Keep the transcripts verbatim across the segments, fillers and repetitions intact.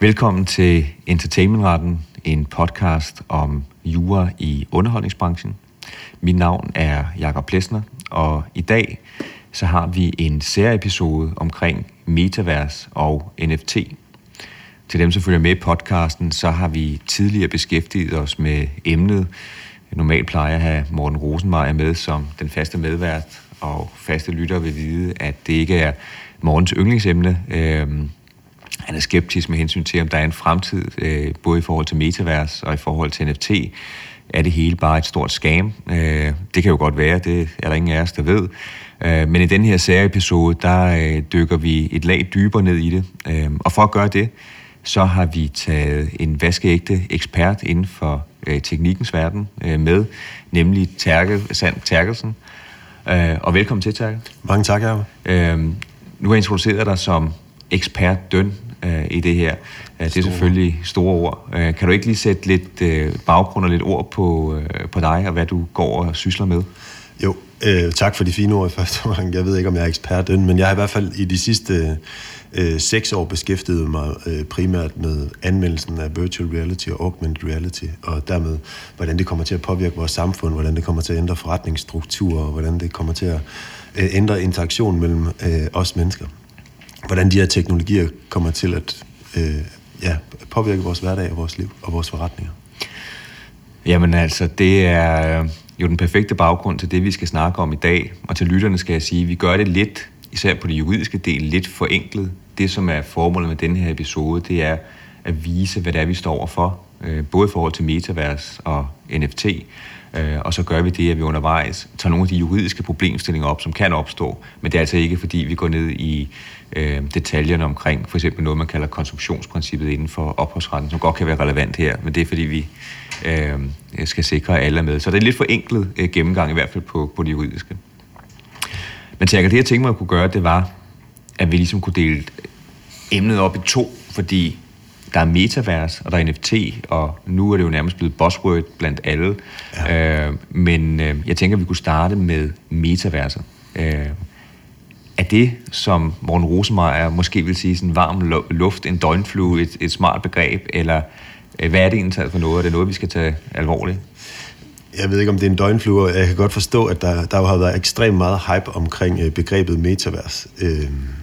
Velkommen til Entertainmentretten, en podcast om jura i underholdningsbranchen. Mit navn er Jakob Plesner, og i dag så har vi en serieepisode omkring Metavers og N F T. Til dem, som følger med i podcasten, så har vi tidligere beskæftiget os med emnet. Normalt plejer jeg at have Morten Rosenmeier med som den faste medvært, og faste lyttere vil vide, at det ikke er Mortens yndlingsemne. Øhm, han er skeptisk med hensyn til, om der er en fremtid, øh, både i forhold til Metavers og i forhold til N F T. Er det hele bare et stort scam? Øh, det kan jo godt være, det er der ingen af os, der ved. Øh, men i den her serieepisode, der øh, dykker vi et lag dybere ned i det. Øh, og for at gøre det, så har vi taget en vaskeægte ekspert inden for øh, teknikkens verden øh, med, nemlig Terkel, Sand Terkelsen. Øh, og velkommen til, Terkel. Mange tak, Jacob. Øh, nu har jeg introduceret dig som ekspert døn øh, i det her. Øh, det er selvfølgelig store ord. Øh, kan du ikke lige sætte lidt øh, baggrund og lidt ord på, øh, på dig, og hvad du går og sysler med? Jo, øh, tak for de fine ord i første omgang. Jeg ved ikke, om jeg er ekspert døn, men jeg har i hvert fald i de sidste øh, seks år beskæftiget mig øh, primært med anvendelsen af virtual reality og augmented reality, og dermed, hvordan det kommer til at påvirke vores samfund, hvordan det kommer til at ændre forretningsstrukturer, og hvordan det kommer til at øh, ændre interaktion mellem øh, os mennesker. Hvordan de her teknologier kommer til at øh, ja, påvirke vores hverdag og vores liv og vores forretninger. Jamen altså, det er jo den perfekte baggrund til det, vi skal snakke om i dag. Og til lytterne skal jeg sige, at vi gør det lidt, især på det juridiske del, lidt forenklet. Det, som er formålet med denne her episode, det er at vise, hvad det er, vi står overfor. Både i forhold til Metavers og N F T. Og så gør vi det, at vi undervejs tager nogle af de juridiske problemstillinger op, som kan opstå. Men det er altså ikke, fordi vi går ned i øh, detaljerne omkring for eksempel noget, man kalder konstruktionsprincippet inden for ophavsretten, som godt kan være relevant her. Men det er, fordi vi øh, skal sikre, at alle er med. Så det er lidt forenklet øh, gennemgang, i hvert fald på, på det juridiske. Men Terkel, det jeg tænkte mig at kunne gøre, det var, at vi ligesom kunne dele emnet op i to, fordi der er Metavers, og der er N F T, og nu er det jo nærmest blevet buzzword blandt alle. Ja. Øh, men øh, jeg tænker, at vi kunne starte med Metaverser. Øh, er det, som Morten Rosenmeier måske vil sige, sådan varm luft, en døgnflue, et, et smart begreb, eller øh, hvad er det egentlig for noget? Er det noget, vi skal tage alvorligt? Jeg ved ikke, om det er en døgnflue. Jeg kan godt forstå, at der, der har været ekstremt meget hype omkring øh, begrebet Metavers. Øh,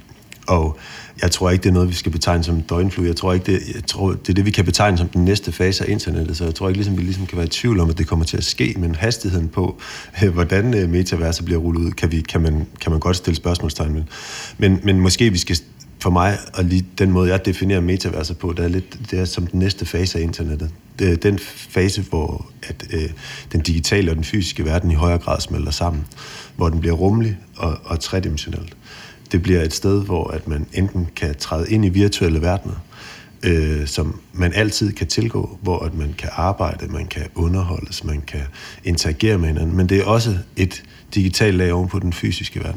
og jeg tror ikke, det er noget, vi skal betegne som døgnflue. Jeg tror ikke, det, jeg tror, det er det, vi kan betegne som den næste fase af internettet. Så jeg tror ikke, ligesom, vi ligesom kan være i tvivl om, at det kommer til at ske. Men hastigheden på, hvordan metaverset bliver rullet ud, kan, vi, kan, man, kan man godt stille spørgsmålstegn med. Men, men måske vi skal, for mig, og lige den måde, jeg definerer metaverset på, det er, lidt, det er som den næste fase af internettet. Det er den fase, hvor at, øh, den digitale og den fysiske verden i højere grad smelter sammen. Hvor den bliver rummelig og, og tredimensionelt. Det bliver et sted, hvor at man enten kan træde ind i virtuelle verdener, øh, som man altid kan tilgå, hvor at man kan arbejde, man kan underholdes, man kan interagere med hinanden, men det er også et digitalt lag oven på den fysiske verden.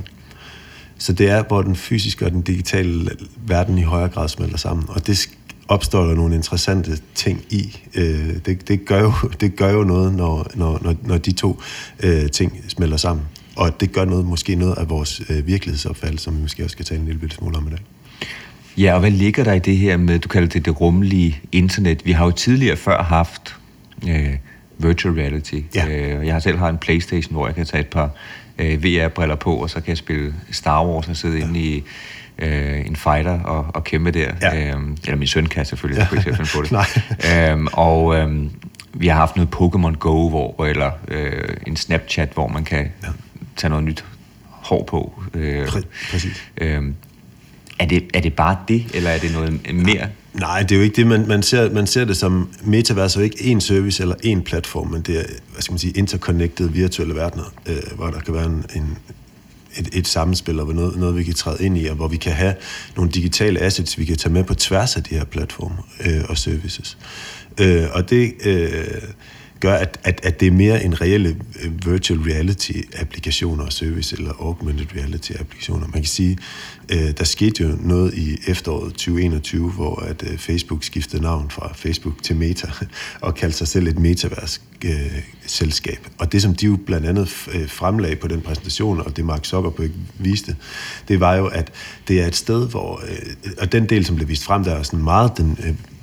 Så det er, hvor den fysiske og den digitale verden i højere grad smelter sammen, og det opstår der nogle interessante ting i. Øh, det, det, gør jo, det gør jo noget, når, når, når de to øh, ting smelter sammen. Og det gør noget, måske noget af vores øh, virkelighedsopfattelse, som vi måske også skal tale en lille smule om i dag. Ja, og hvad ligger der i det her med, du kalder det det rummelige internet? Vi har jo tidligere før haft øh, virtual reality. Ja. Øh, jeg har selv har en PlayStation, hvor jeg kan tage et par øh, V R-briller på, og så kan jeg spille Star Wars og sidde ja. inde i øh, en fighter og, og kæmpe der. Ja. Øh, eller min søn kan selvfølgelig, jeg kunne ikke selv finde på det. øh, og øh, vi har haft noget Pokémon Go, hvor, eller øh, en Snapchat, hvor man kan ja. tage noget nyt hår på. Øh, Præcis. Øh, er, det, er det bare det, eller er det noget mere? Nej, det er jo ikke det. Man, man, ser, man ser det som Metaverse, ikke én service eller én platform, men det er, hvad skal man sige, interconnected virtuelle verdener, øh, hvor der kan være en, en, et, et sammenspil, og noget, noget, vi kan træde ind i, og hvor vi kan have nogle digitale assets, vi kan tage med på tværs af de her platforme øh, og services. Øh, og det øh, gør, at, at, at det er mere en reelle virtual reality-applikationer og service, eller augmented reality-applikationer. Man kan sige, øh, der skete jo noget i efteråret tyve enogtyve, hvor at øh, Facebook skiftede navn fra Facebook til Meta, og kaldte sig selv et Metaverse-selskab. Øh, og det, som de jo blandt andet øh, fremlagde på den præsentation, og det Mark Zuckerberg viste, det var jo, at det er et sted, hvor, øh, og den del, som blev vist frem, der er sådan meget den øh,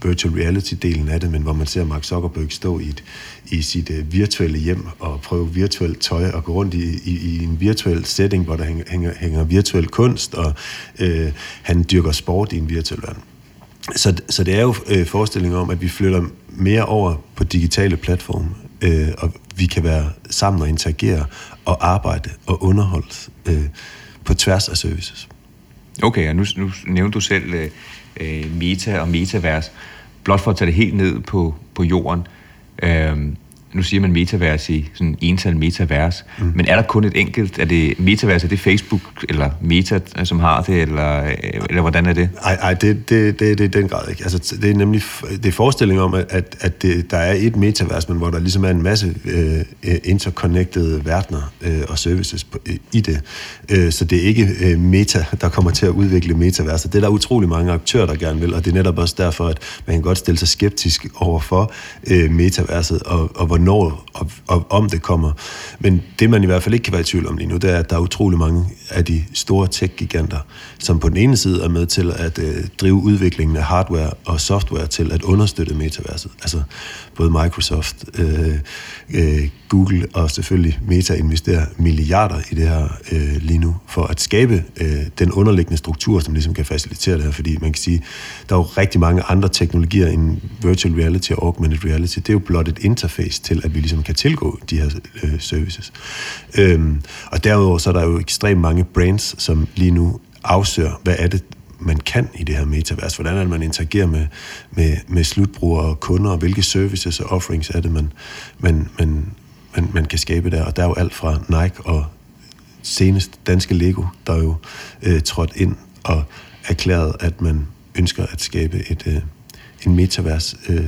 virtual reality-delen af det, men hvor man ser Mark Zuckerberg stå i, et, i sit uh, virtuelle hjem og prøve virtuelt tøj og gå rundt i, i, i en virtuel setting, hvor der hænger, hænger, hænger virtuel kunst, og øh, han dyrker sport i en virtuel verden. Så, så det er jo øh, forestillingen om, at vi flytter mere over på digitale platforme, øh, og vi kan være sammen og interagere og arbejde og underholde øh, på tværs af services. Okay, og nu, nu nævnte du selv øh, meta og metavers. Blot for at tage det helt ned på, på jorden. Øh, nu siger man metavers i sådan ental metavers, mm. men er der kun et enkelt? Er det metavers, er det Facebook eller Meta, som har det, eller, eller hvordan er det? Nej, nej, det, det, det, det er den grad ikke. Altså, det er nemlig det er forestillingen om, at, at det, der er et metavers, men hvor der ligesom er en masse øh, interconnected verdener øh, og services på, øh, i det. Øh, så det er ikke øh, Meta, der kommer til at udvikle metaverser. Det er der utrolig mange aktører, der gerne vil, og det er netop også derfor, at man kan godt stille sig skeptisk overfor øh, metaverset, og, og hvornår og, og om det kommer. Men det, man i hvert fald ikke kan være i tvivl om lige nu, det er, at der er utrolig mange af de store tech-giganter, som på den ene side er med til at øh, drive udviklingen af hardware og software til at understøtte metaverset. Altså både Microsoft, øh, øh, Google og selvfølgelig Meta investerer milliarder i det her øh, lige nu, for at skabe øh, den underliggende struktur, som ligesom kan facilitere det her, fordi man kan sige, der er jo rigtig mange andre teknologier end virtual reality og augmented reality. Det er jo blot et interface til, at vi ligesom kan tilgå de her øh, services. Øhm, og derudover så er der jo ekstremt mange brands, som lige nu afsøger, hvad er det, man kan i det her metavers. Hvordan er det, man interagerer med, med, med slutbrugere og kunder, og hvilke services og offerings er det, man, man, man, man, man kan skabe der. Og der er jo alt fra Nike og senest danske Lego, der er jo øh, trådt ind og erklæret, at man ønsker at skabe et, øh, en metavers øh,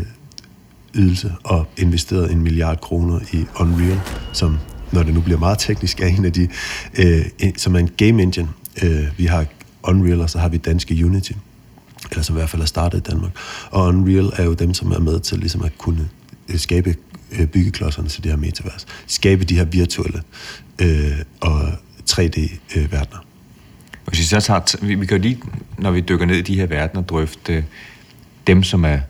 ydelse og investeret en milliard kroner i Unreal, som, når det nu bliver meget teknisk, er en af de, øh, en, som er en game engine. Øh, vi har Unreal, og så har vi danske Unity, eller som i hvert fald er startet i Danmark. Og Unreal er jo dem, som er med til ligesom at kunne skabe byggeklodserne til det her metavers. Skabe de her virtuelle øh, og tre D-verdener. Hvis vi så tager, vi, vi kan jo lige, når vi dykker ned i de her verdener, drøfte dem, som er,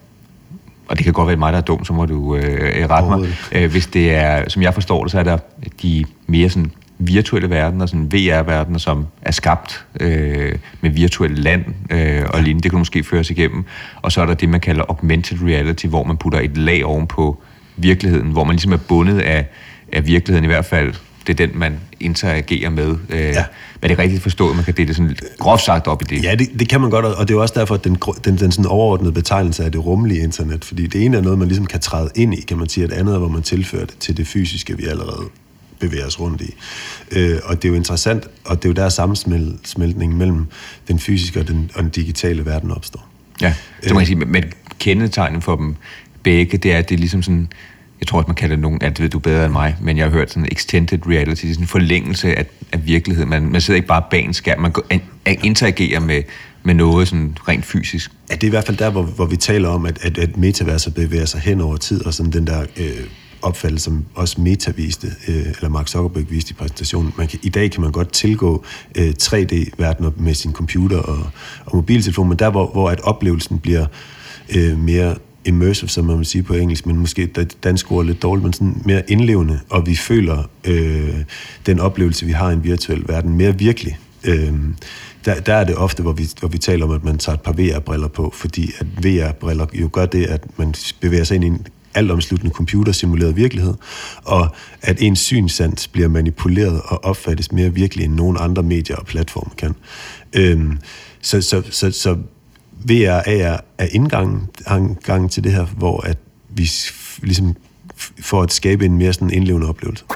og det kan godt være mig, der er dum, så må du øh, rette mig. Øh, hvis det er, som jeg forstår det, så er der de mere sådan virtuelle verdener, sådan V R-verdener, som er skabt øh, med virtuelle land øh, og lignende. Det kan måske føres igennem. Og så er der det, man kalder augmented reality, hvor man putter et lag oven på virkeligheden, hvor man ligesom er bundet af, af virkeligheden i hvert fald. Det er den, man interagerer med. Øh, ja. Men det er rigtigt forstået, man kan dele det sådan groft sagt op i det. Ja, det, det kan man godt, og det er jo også derfor, at den, den, den sådan overordnede betegnelse af det rummelige internet, fordi det ene er noget, man ligesom kan træde ind i, kan man sige, at andet er, hvor man tilfører det til det fysiske, vi allerede bevæger os rundt i. Øh, og det er jo interessant, og det er jo der sammensmeltningen mellem den fysiske og den, og den digitale verden opstår. Ja, så man kan sige, men kendetegnen for dem begge, det er, at det er ligesom sådan, jeg tror, at man kalder det nogen, at det ved du bedre end mig, men jeg har hørt sådan extended reality, sådan en forlængelse af, af virkeligheden. Man, man sidder ikke bare bag en skærm, man går, an, interagerer med, med noget sådan rent fysisk. Ja, det er i hvert fald der, hvor, hvor vi taler om, at, at, at metaverser bevæger sig hen over tid, og sådan den der øh, opfattelse, som også Meta viste, øh, eller Mark Zuckerberg viste i præsentationen. Man kan, i dag kan man godt tilgå øh, tre D-verdener med sin computer og, og mobiltelefon, men der, hvor, hvor at oplevelsen bliver øh, mere immersive, som man vil sige på engelsk, men måske det danske ord er lidt dårligt, men sådan mere indlevende, og vi føler øh, den oplevelse, vi har i en virtuel verden, mere virkelig. Øh, der, der er det ofte, hvor vi, hvor vi taler om, at man tager et par V R-briller på, fordi at V R-briller jo gør det, at man bevæger sig ind i en altomsluttende computersimuleret virkelighed, og at ens synssans bliver manipuleret og opfattes mere virkelig, end nogen andre medier og platforme kan. Øh, så, så, så, så V R A R er indgangen til det her, hvor at vi ligesom får at skabe en mere sådan indlevende oplevelse.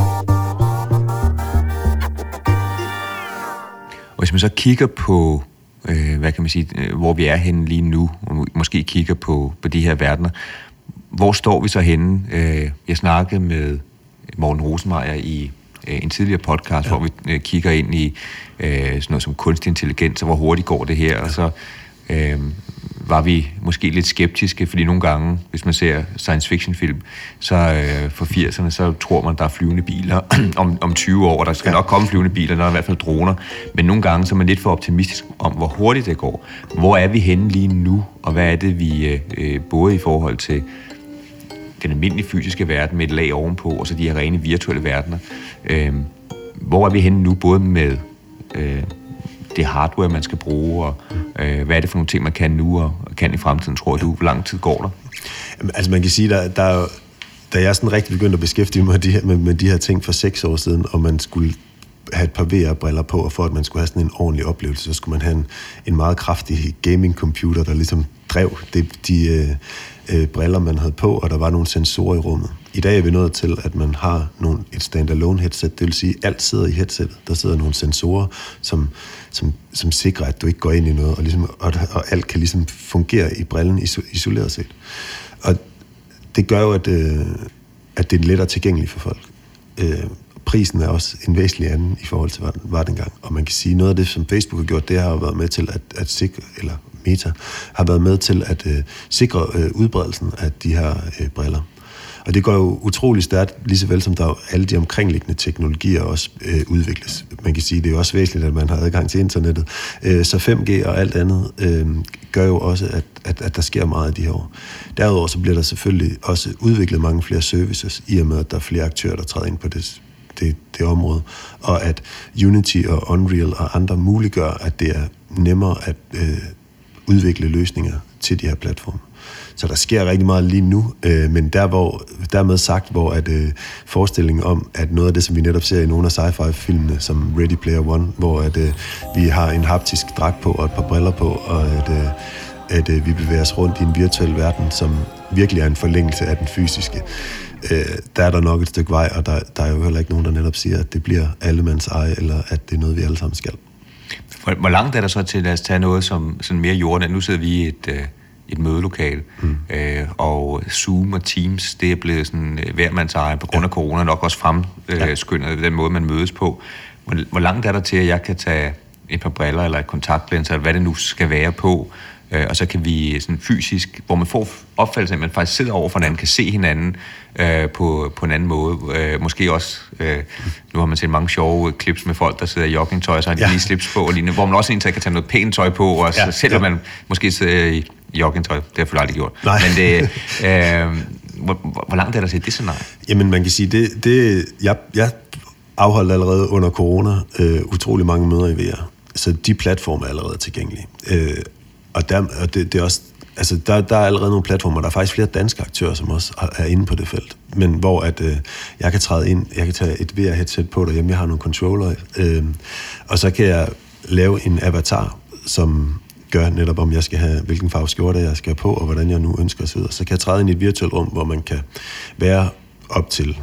Og hvis man så kigger på, øh, hvad kan man sige, øh, hvor vi er henne lige nu, og måske kigger på, på de her verdener, hvor står vi så henne? Øh, jeg snakkede med Morten Rosenmeier i øh, en tidligere podcast, ja. hvor vi øh, kigger ind i øh, sådan noget som kunstig intelligens, og hvor hurtigt går det her, ja. og så Øh, var vi måske lidt skeptiske, fordi nogle gange, hvis man ser science fiction film, så øh, for firserne, så tror man, der er flyvende biler om, om tyve år, og der skal ja. nok komme flyvende biler, der er i hvert fald droner, men nogle gange så er man lidt for optimistisk om, hvor hurtigt det går. Hvor er vi henne lige nu, og hvad er det, vi øh, både i forhold til den almindelige fysiske verden med et lag ovenpå, og så de her rene virtuelle verdener. Øh, hvor er vi henne nu, både med øh, det hardware, man skal bruge, og øh, hvad er det for nogle ting, man kan nu, og kan i fremtiden, tror du? Hvor lang tid går der? Jamen, altså man kan sige, der, der er jo, da jeg sådan rigtig begyndte at beskæftige mig med de, her, med, med de her ting for seks år siden, og man skulle have et par V R-briller på, og for at man skulle have sådan en ordentlig oplevelse, så skulle man have en, en meget kraftig gaming-computer, der ligesom drev det, de øh, øh, briller, man havde på, og der var nogle sensorer i rummet. I dag er vi nået til, at man har nogle, et standalone headset, det vil sige, at alt sidder i headsetet. Der sidder nogle sensorer, som, som, som sikrer, at du ikke går ind i noget, og, ligesom, og, og alt kan ligesom fungere i brillen isoleret set. Og det gør jo, at, øh, at det er lettere tilgængeligt for folk. Øh, prisen er også en væsentlig anden i forhold til, hvad den var dengang. Og man kan sige, noget af det, som Facebook har gjort, det har jo været med til at, at sikre, eller Meta, har været med til at øh, sikre øh, udbredelsen af de her øh, briller. Og det går jo utrolig stærkt, lige så vel som der alle de omkringliggende teknologier også øh, udvikles. Man kan sige, det er jo også væsentligt, at man har adgang til internettet. Øh, så fem G og alt andet øh, gør jo også, at, at, at der sker meget af de her år. Derudover så bliver der selvfølgelig også udviklet mange flere services, i og med, at der er flere aktører, der træder ind på det, det, det område. Og at Unity og Unreal og andre muliggør, at det er nemmere at øh, udvikle løsninger til de her platforme. Så der sker rigtig meget lige nu, øh, men der hvor, dermed sagt, hvor at, øh, forestillingen om, at noget af det, som vi netop ser i nogle af sci-fi-filmene, som Ready Player One, hvor at, øh, vi har en haptisk dragt på og et par briller på, og at, øh, at øh, vi bevæger os rundt i en virtuel verden, som virkelig er en forlængelse af den fysiske. Øh, der er der nok et stykke vej, og der, der er jo heller ikke nogen, der netop siger, at det bliver allemands eje, eller at det er noget, vi alle sammen skal. Hvor, hvor langt er der så til, lad os tage noget som sådan mere jorden? Nu sidder vi i et... Øh et mødelokale, mm. øh, og Zoom og Teams, det er blevet sådan øh, hver mands eje på grund af ja. corona, nok også fremskyndet øh, ja. den måde, man mødes på. Hvor, hvor langt er der til, at jeg kan tage et par briller eller et kontaktlinser, eller hvad det nu skal være på, øh, og så kan vi sådan fysisk, hvor man får opfattelse af, at man faktisk sidder over for hinanden, kan se hinanden øh, på, på en anden måde. Øh, måske også, øh, nu har man set mange sjove clips med folk, der sidder i joggingtøj, så har de ja. lige slips på, og lignende, hvor man også egentlig kan tage noget pænt tøj på, og ja. selvom ja. man måske sidder i joggingtøj, det har jeg aldrig gjort. Nej. Men det, øh, hvor, hvor langt er der til det scenarie? Jamen, man kan sige, det, det jeg, jeg afholdt allerede under corona øh, utrolig mange møder i V R, så de platforme er allerede tilgængelige. Øh, og der, og det, det er også, altså der, der er allerede nogle platformer, der er faktisk flere danske aktører, som også er inde på det felt, men hvor at, øh, jeg kan træde ind, jeg kan tage et V R-headset på derhjemme, jeg har nogle controller, øh, og så kan jeg lave en avatar, som gør netop, om jeg skal have, hvilken farve skjorte jeg skal have på, og hvordan jeg nu ønsker at sidde. Så kan jeg træde ind i et virtuelt rum, hvor man kan være op til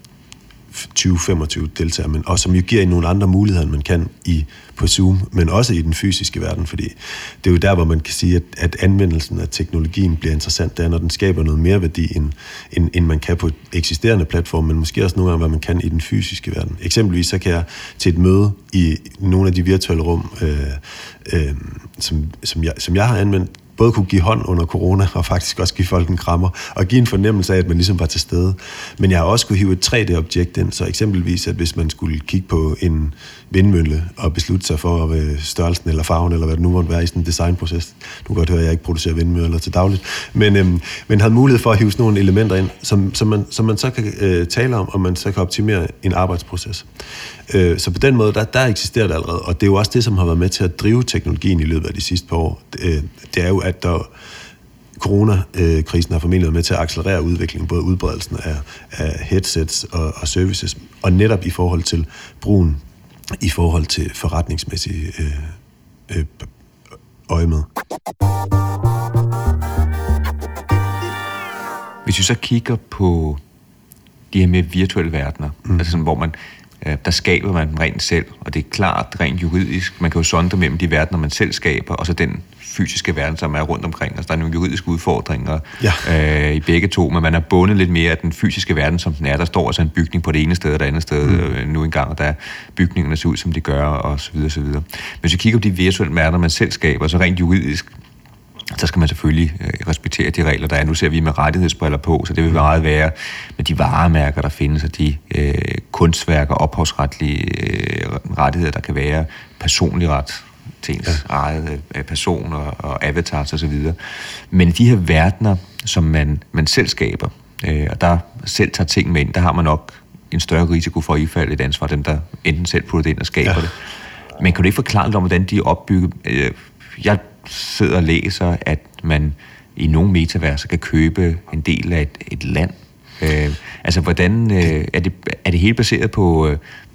tyve til femogtyve deltagere, men, og som jo giver nogle andre muligheder, end man kan i, på Zoom, men også i den fysiske verden, fordi det er jo der, hvor man kan sige, at, at anvendelsen af teknologien bliver interessant, det er, når den skaber noget mere værdi, end, end, end man kan på et eksisterende platform, men måske også nogle gange, hvad man kan i den fysiske verden. Eksempelvis så kan jeg til et møde i nogle af de virtuelle rum, øh, øh, som, som, jeg, som jeg har anvendt, både kunne give hånd under corona, og faktisk også give folk en krammer, og give en fornemmelse af, at man ligesom var til stede. Men jeg har også kunne hive et tre D-objekt ind, så eksempelvis, at hvis man skulle kigge på en vindmølle, og beslutte sig for øh, størrelsen eller farven, eller hvad det nu måtte være i sådan en designproces. Du kan godt høre, at jeg ikke producerer vindmøller til dagligt, men, øhm, men havde mulighed for at hive sådan nogle elementer ind, som, som, man, som man så kan øh, tale om, og man så kan optimere en arbejdsproces. Øh, så på den måde, der, der eksisterer det allerede, og det er jo også det, som har været med til at drive teknologien i løbet af de sidste par år. Det, det er jo, at der coronakrisen har formentlig været med til at accelerere udviklingen, både udbredelsen af, af headsets og, og services, og netop i forhold til brugen, i forhold til forretningsmæssige øh, øh, øjemed. Hvis vi så kigger på de her mere virtuelle verdener, mm. altså sådan, hvor man der skaber man dem rent selv, og det er klart rent juridisk. Man kan jo sondre mellem de verdener, man selv skaber, og så den fysiske verden, som er rundt omkring. Altså, der er nogle juridiske udfordringer ja. øh, i begge to, men man er bundet lidt mere af den fysiske verden, som den er. Der står altså en bygning på det ene sted og det andet sted mm. øh, nu engang, og der er bygningerne ser ud, som de gør, og så videre, så videre. Men hvis vi kigger på de virtuelle verdener, man selv skaber, så rent juridisk, så skal man selvfølgelig øh, respektere de regler, der er. Nu ser vi med rettighedsbriller på, så det vil meget være med de varemærker, der findes, og de øh, kunstværker, ophavsretlige øh, rettigheder, der kan være, personlig ret til ens ja. eget øh, person og, og avatars osv. Men de her verdener, som man, man selv skaber, øh, og der selv tager ting med ind, der har man nok en større risiko for at ifalde et ansvar, dem der enten selv putter det ind og skaber ja. det. Men kan du ikke forklare lidt om, hvordan de er opbygget? Øh, jeg sidder og læser, at man i nogle metaverser kan købe en del af et, et land. Øh, altså, hvordan øh, er, det, er det helt baseret på,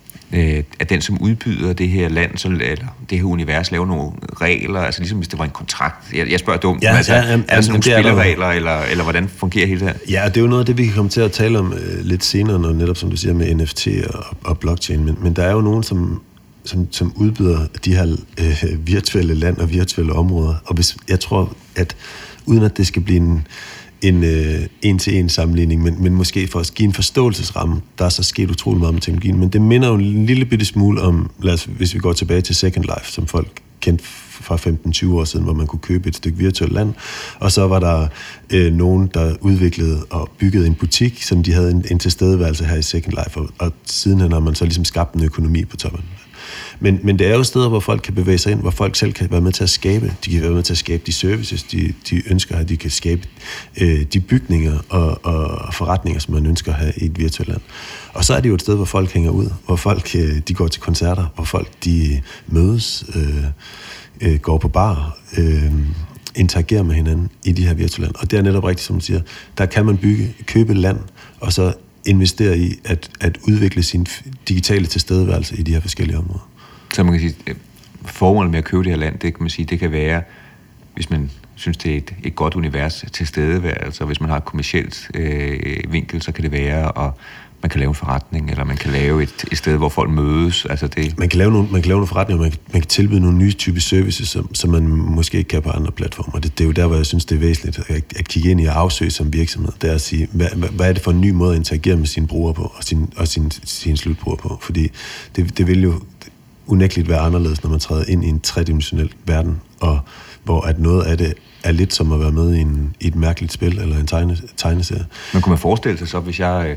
øh, at den, som udbyder det her land, så, eller det her univers, laver nogle regler, altså ligesom hvis det var en kontrakt? Jeg, jeg spørger dumt, ja, altså, ja, ja, er der sådan nogle spilleregler, eller, eller hvordan fungerer hele det her? Ja, det er jo noget af det, vi kan komme til at tale om øh, lidt senere, når netop, som du siger, med N F T og, og blockchain, men, men der er jo nogen, som Som, som udbyder de her øh, virtuelle land og virtuelle områder. Og hvis, jeg tror, at uden at det skal blive en, en øh, en-til-en sammenligning, men, men måske for at give en forståelsesramme, der er så sket utrolig meget med teknologien, men det minder jo en lille bitte smule om, lad os, hvis vi går tilbage til Second Life, som folk kendte fra femten til tyve år siden, hvor man kunne købe et stykke virtuelt land, og så var der øh, nogen, der udviklede og byggede en butik, som de havde en, en tilstedeværelse her i Second Life, og, og sidenhen har man så ligesom skabt en økonomi på toppen. Men, men det er jo steder, hvor folk kan bevæge sig ind, hvor folk selv kan være med til at skabe. De kan være med til at skabe de services, de, de ønsker at have. De kan skabe øh, de bygninger og, og forretninger, som man ønsker at have i et virtuelt land. Og så er det jo et sted, hvor folk hænger ud, hvor folk øh, de går til koncerter, hvor folk de mødes, øh, øh, går på bar, øh, interagerer med hinanden i de her virtuelle land. Og det er netop rigtigt, som du siger, der kan man bygge, købe land, og så investere i at, at udvikle sin digitale tilstedeværelse i de her forskellige områder. Så man kan sige, formålet med at købe det her land, det kan man sige, det kan være, hvis man synes, det er et, et godt univers til stedeværelse, og hvis man har et kommercielt øh, vinkel, så kan det være, at man kan lave en forretning, eller man kan lave et, et sted, hvor folk mødes. Altså det... man, kan lave nogle, man kan lave nogle forretninger, man kan, man kan tilbyde nogle nye typer services, som, som man måske ikke kan på andre platformer. Det, det er jo der, hvor jeg synes, det er væsentligt at, at kigge ind i at afsøge som virksomhed. Det er at sige, hvad, hvad er det for en ny måde at interagere med sine brugere på, og sin, og sin, sin slutbrugere på? Fordi det, det vil jo unægteligt være anderledes, når man træder ind i en tredimensionel verden, og hvor at noget af det er lidt som at være med i, en, i et mærkeligt spil, eller en tegne, tegneserie. Men kunne man forestille sig så, hvis jeg...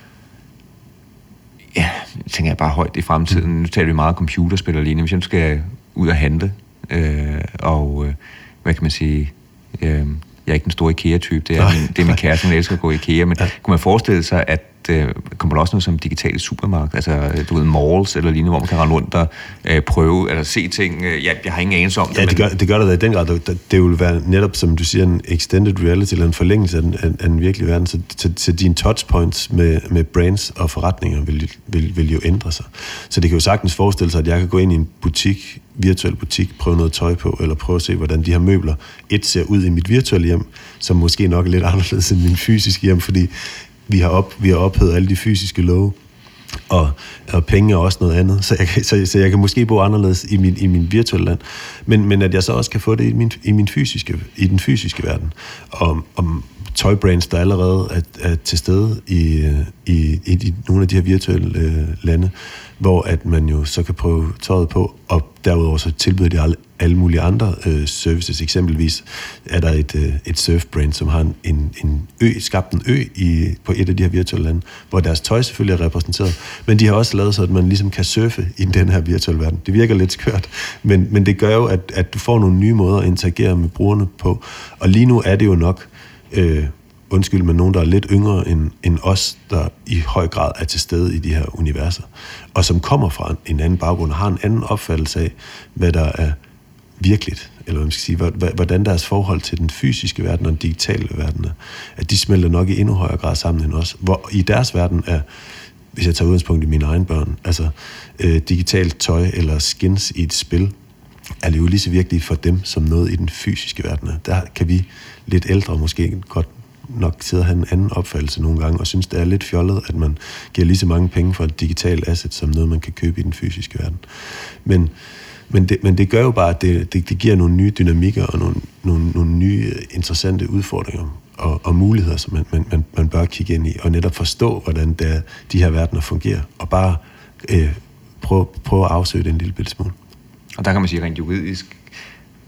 Ja, tænker jeg bare højt i fremtiden. Nu taler vi meget computerspil alene. Hvis jeg skal ud og handle, øh, og øh, hvad kan man sige... Øh, jeg er ikke den store IKEA-type, det er, min, det er min kæreste, hun elsker at gå i IKEA, men ja. Kunne man forestille sig, at øh, kommer der også noget som digitale supermarked, altså du ved, malls eller lignende, hvor man kan rende rundt og øh, prøve, eller se ting, øh, ja, jeg har ingen anelse om det. Ja, det gør, det gør der da i den grad. Det, det vil være netop, som du siger, en extended reality, eller en forlængelse af den, af, af den virkelige verden, så, så, så dine touchpoints med, med brands og forretninger vil, vil, vil jo ændre sig. Så det kan jo sagtens forestille sig, at jeg kan gå ind i en butik, virtuel butik, prøve noget tøj på, eller prøve at se, hvordan de her møbler et ser ud i mit virtuelle hjem, som måske nok er lidt anderledes end min fysiske hjem, fordi vi har, op, vi har ophævet alle de fysiske love, og, og penge er også noget andet, så jeg, kan, så, så jeg kan måske bo anderledes i min, i min virtuelle land, men, men at jeg så også kan få det i, min, i, min fysiske, i den fysiske verden. Og, og tøjbrands, der allerede er, er til stede i, i, i, i nogle af de her virtuelle øh, lande, hvor at man jo så kan prøve tøjet på, og derudover så tilbyder de alle, alle mulige andre øh, services. Eksempelvis er der et, øh, et surfbrand, som har en, en, en ø, skabt en ø i, på et af de her virtuelle lande, hvor deres tøj selvfølgelig er repræsenteret, men de har også lavet så, at man ligesom kan surfe i den her virtuelle verden. Det virker lidt skørt, men, men det gør jo, at, at du får nogle nye måder at interagere med brugerne på, og lige nu er det jo nok øh, undskyld, men nogen, der er lidt yngre end, end os, der i høj grad er til stede i de her universer, og som kommer fra en anden baggrund og har en anden opfattelse af, hvad der er virkeligt, eller hvad man skal sige, hvordan deres forhold til den fysiske verden og den digitale verden er, at de smelter nok i endnu højere grad sammen end os, hvor i deres verden er, hvis jeg tager udgangspunkt i mine egne børn, altså øh, digitalt tøj eller skins i et spil, er det jo lige så vigtigt for dem, som noget i den fysiske verden er. Der kan vi lidt ældre måske godt nok sidde og have en anden opfattelse nogle gange, og synes, det er lidt fjollet, at man giver lige så mange penge for et digitalt asset, som noget, man kan købe i den fysiske verden. Men, men, det, men det gør jo bare, at det, det, det giver nogle nye dynamikker og nogle, nogle, nogle nye interessante udfordringer og, og muligheder, som man, man, man, man bør kigge ind i, og netop forstå, hvordan det, de her verdener fungerer, og bare øh, prøve, prøve at afsøge det en lille bitte smule. Og der kan man sige rent juridisk,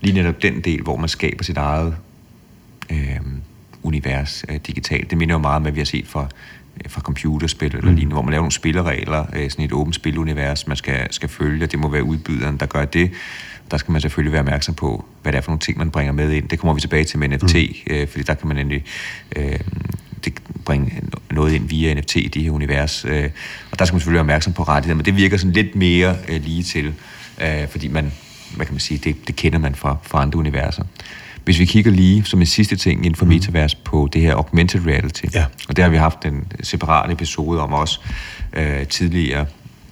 lige netop den del, hvor man skaber sit eget øh, univers øh, digitalt. Det minder jo meget om, hvad vi har set fra, øh, fra computerspil eller mm. lignende, hvor man laver nogle spilleregler, øh, sådan et åbent spilunivers, man skal, skal følge, og det må være udbyderen, der gør det. Der skal man selvfølgelig være opmærksom på, hvad det er for nogle ting, man bringer med ind. Det kommer vi tilbage til med N F T, mm. øh, fordi der kan man endelig øh, det bringe noget ind via N F T i de her univers. Øh, og der skal man selvfølgelig være opmærksom på rettigheder, men det virker sådan lidt mere øh, lige til, øh, fordi man, hvad kan man sige, det, det kender man fra, fra andre universer. Hvis vi kigger lige som en sidste ting inden for mm. Metaverse på det her augmented reality, ja. og det har vi haft en separat episode om også øh, tidligere,